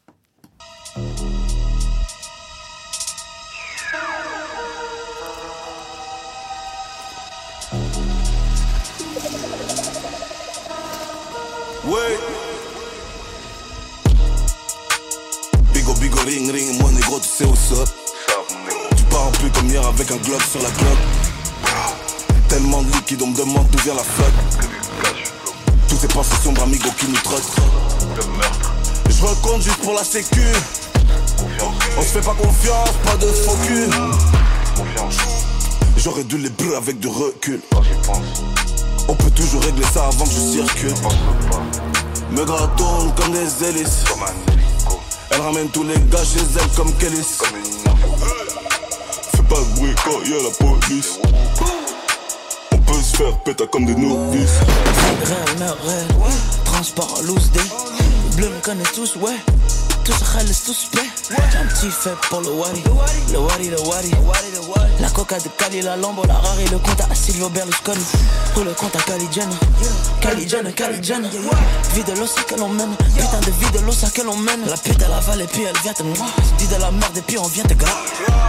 Ouais. Bigo bigo ring ring, moi négro tu sais où ça. Tu pars un peu comme hier avec un globe sur la globe. Tellement de liquide, on me demande d'où vient la flotte. Tous ces pensées sombres amigos qui nous trottent. Je recompte juste pour la sécu. On se fait pas confiance, pas de faux cul. J'aurais dû les brûler avec du recul. On peut toujours régler ça avant que je circule. Mes gars tournent comme des hélices. Elle ramène tous les gars chez elle comme Kélis. Fais pas de bruit quand y'a la police. On peut se faire péter comme des nourrices. Réel, mère, réel, ouais. Transparent, loose day. Bleu me connaît tous, ouais. Tous râlent, tous paix. J'ai un petit fait pour le wadi. Le wadi, le wadi. La coca de Cali, la Lambo, la Rari, le compte à Silvio Berlusconi. Pour le compte à Caligiano. Caligiano, Caligiano. Vie de l'ossa que l'on mène. Putain de vie de l'ossa que l'on mène. La pute elle avale et puis elle vient te moi. Tu dis de la merde et puis on vient te gras.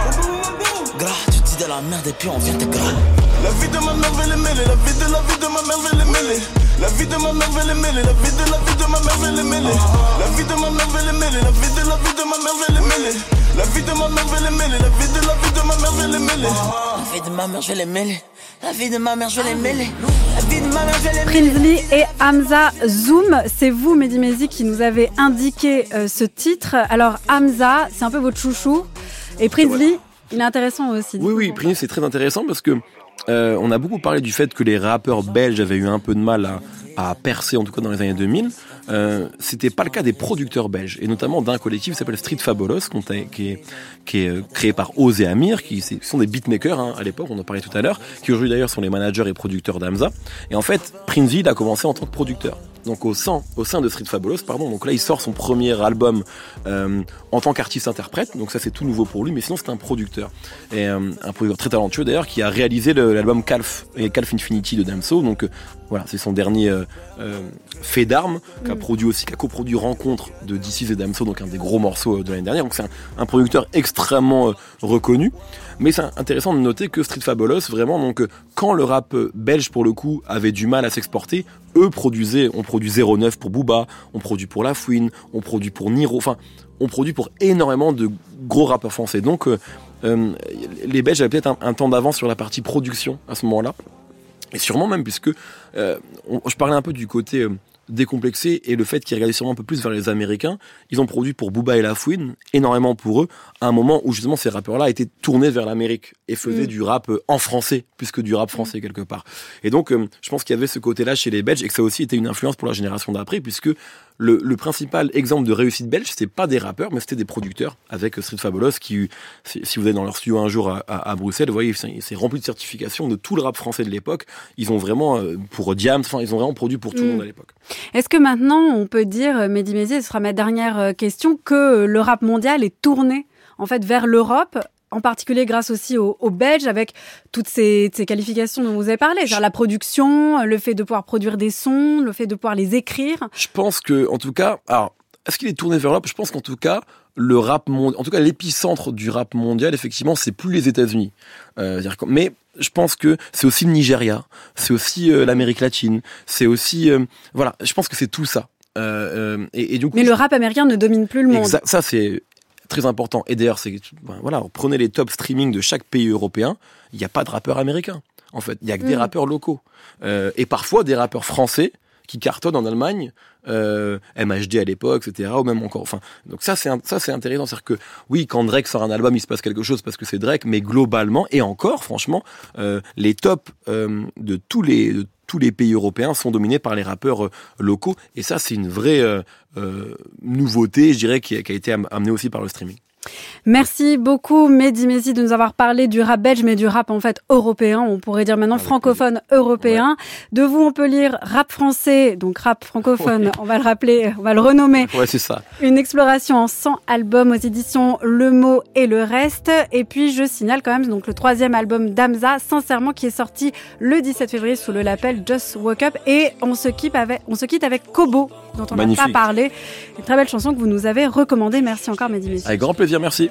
Gras, tu dis de la merde et puis on vient te gras. La vie de ma mère, elle est mêlée. La vie de la vie de ma mère, elle est mêlée. La vie de ma mère, elle est mêlée. La vie de la vie de ma mère, elle est mêlée. La vie de ma mère, elle est mêlée. La vie de la vie de ma mère, elle est mêlée. La vie de ma mère, elle est mêlée. La vie de la vie de ma mère, elle est mêlée. La vie de ma mère, je vais les mêler. La vie de ma mère, je vais les mêler. La vie de ma mère, je vais les mêler. Prinsley et Hamza Zoom, c'est vous, Mehdi Maizi, qui nous avez indiqué euh, ce titre. Alors Hamza, c'est un peu votre chouchou. Et Prinsley, il est intéressant aussi. Oui, oui, Prinsley, c'est très intéressant parce que euh, on a beaucoup parlé du fait que les rappeurs belges avaient eu un peu de mal à, à percer, en tout cas dans les années deux mille. Euh, c'était pas le cas des producteurs belges, et notamment d'un collectif qui s'appelle Street Fabolos, qui est, qui est créé par Oz et Amir, qui sont des beatmakers hein, à l'époque, on en parlait tout à l'heure, qui aujourd'hui d'ailleurs sont les managers et producteurs d'Hamza. Et en fait, Prinsley a commencé en tant que producteur. Donc au sein, au sein de Street Fabolos, pardon. Donc là, il sort son premier album euh, en tant qu'artiste-interprète. Donc ça, c'est tout nouveau pour lui. Mais sinon, c'est un producteur et euh, un producteur très talentueux d'ailleurs, qui a réalisé le, l'album Calf et Calf Infinity de Damso. Donc euh, voilà, c'est son dernier euh, euh, fait d'armes. Qui a produit aussi, qui a coproduit Rencontre de D C et Damso, donc un des gros morceaux de l'année dernière. Donc c'est un, un producteur extrêmement euh, reconnu. Mais c'est intéressant de noter que Street Fabolos, vraiment, donc quand le rap belge pour le coup avait du mal à s'exporter, eux produisaient, on produit zéro neuf pour Booba, on produit pour La Fouine, on produit pour Niro, enfin, on produit pour énormément de gros rappeurs français. Donc euh, euh, les Belges avaient peut-être un, un temps d'avance sur la partie production à ce moment-là. Et sûrement même, puisque euh, on, je parlais un peu du côté euh, décomplexé et le fait qu'ils regardaient sûrement un peu plus vers les Américains. Ils ont produit pour Booba et La Fouine, énormément pour eux, à un moment où justement ces rappeurs-là étaient tournés vers l'Amérique et faisaient mmh. du rap en français, plus que du rap français quelque part. Et donc, euh, je pense qu'il y avait ce côté-là chez les Belges et que ça aussi était une influence pour la génération d'après, puisque le, le principal exemple de réussite belge, c'était pas des rappeurs, mais c'était des producteurs, avec Street Fabolos, qui, si vous êtes dans leur studio un jour à, à, à Bruxelles, vous voyez, c'est, c'est rempli de certifications de tout le rap français de l'époque. Ils ont vraiment, pour Diams, enfin, ils ont vraiment produit pour tout mmh. le monde à l'époque. Est-ce que maintenant, on peut dire, Mehdi Maizi, ce sera ma dernière question, que le rap mondial est tourné, en fait, vers l'Europe, en particulier grâce aussi aux, aux Belges, avec toutes ces, ces qualifications dont vous avez parlé, genre la production, le fait de pouvoir produire des sons, le fait de pouvoir les écrire. Je pense que, en tout cas, alors, est-ce qu'il est tourné vers l'Europe ? Je pense qu'en tout cas, le rap mondial, en tout cas l'épicentre du rap mondial, effectivement, c'est plus les États-Unis. Euh, mais je pense que c'est aussi le Nigeria, c'est aussi euh, l'Amérique latine, c'est aussi, euh, voilà, je pense que c'est tout ça. Euh, euh, et, et du coup, mais le rap américain ne domine plus le monde. Exa- ça, c'est très important. Et d'ailleurs, c'est, voilà, prenez les top streaming de chaque pays européen, il n'y a pas de rappeurs américains. En fait, il n'y a que mmh. des rappeurs locaux. Euh, et parfois des rappeurs français qui cartonnent en Allemagne, euh, M H D à l'époque, et cetera, ou même encore. Enfin, donc ça, c'est un, ça, c'est intéressant. C'est-à-dire que, oui, quand Drake sort un album, il se passe quelque chose parce que c'est Drake, mais globalement, et encore, franchement, euh, les tops euh, de tous les, de tous les pays européens sont dominés par les rappeurs euh, locaux. Et ça, c'est une vraie euh, euh, nouveauté, je dirais, qui a, qui a été amenée aussi par le streaming. Merci beaucoup Mehdi Maizi de nous avoir parlé du rap belge, mais du rap en fait européen, on pourrait dire maintenant francophone européen. Ouais. De vous on peut lire rap français, donc rap francophone, ouais. on va le rappeler, on va le renommer. Ouais, c'est ça. Une exploration en cent albums aux éditions Le Mot et le Reste. Et puis je signale quand même donc le troisième album d'Hamza, Sincèrement, qui est sorti le dix-sept février sous le label Just Woke Up. Et on se quitte avec, on se quitte avec Kobo, dont on n'a pas parlé. Une très belle chanson que vous nous avez recommandée. Merci encore Mehdi Maizi. Avec grand plaisir. Merci.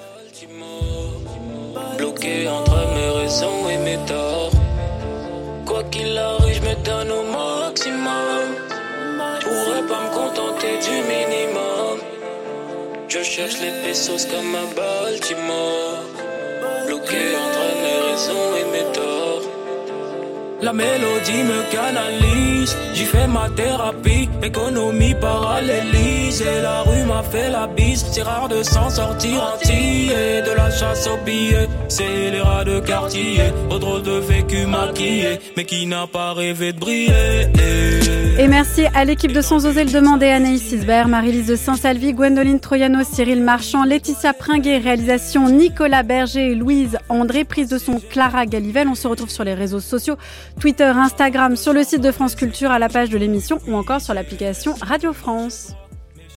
Bloqué entre mes raisons et mes torts. Quoi qu'il arrive, je me donne au maximum. Je pourrais pas me contenter du minimum. Je cherche les pesos comme à Baltimore. Bloqué entre mes raisons et mes torts. La mélodie me canalise, j'y fais ma thérapie, économie parallélisée. La rue m'a fait la bise, c'est rare de s'en sortir entier. De la chasse aux billets, c'est les rats de quartier. Au drôle de vécu maquillé, mais qui n'a pas rêvé de briller. Et merci à l'équipe de Sans oser le demander, Anaïs Isbert, Marie-Lise de Saint-Salvi, Gwendoline Troyano, Cyril Marchand, Laetitia Pringuet, réalisation Nicolas Berger et Louise André, prise de son Clara Galivel. On se retrouve sur les réseaux sociaux, Twitter, Instagram, sur le site de France Culture, à la page de l'émission ou encore sur l'application Radio France.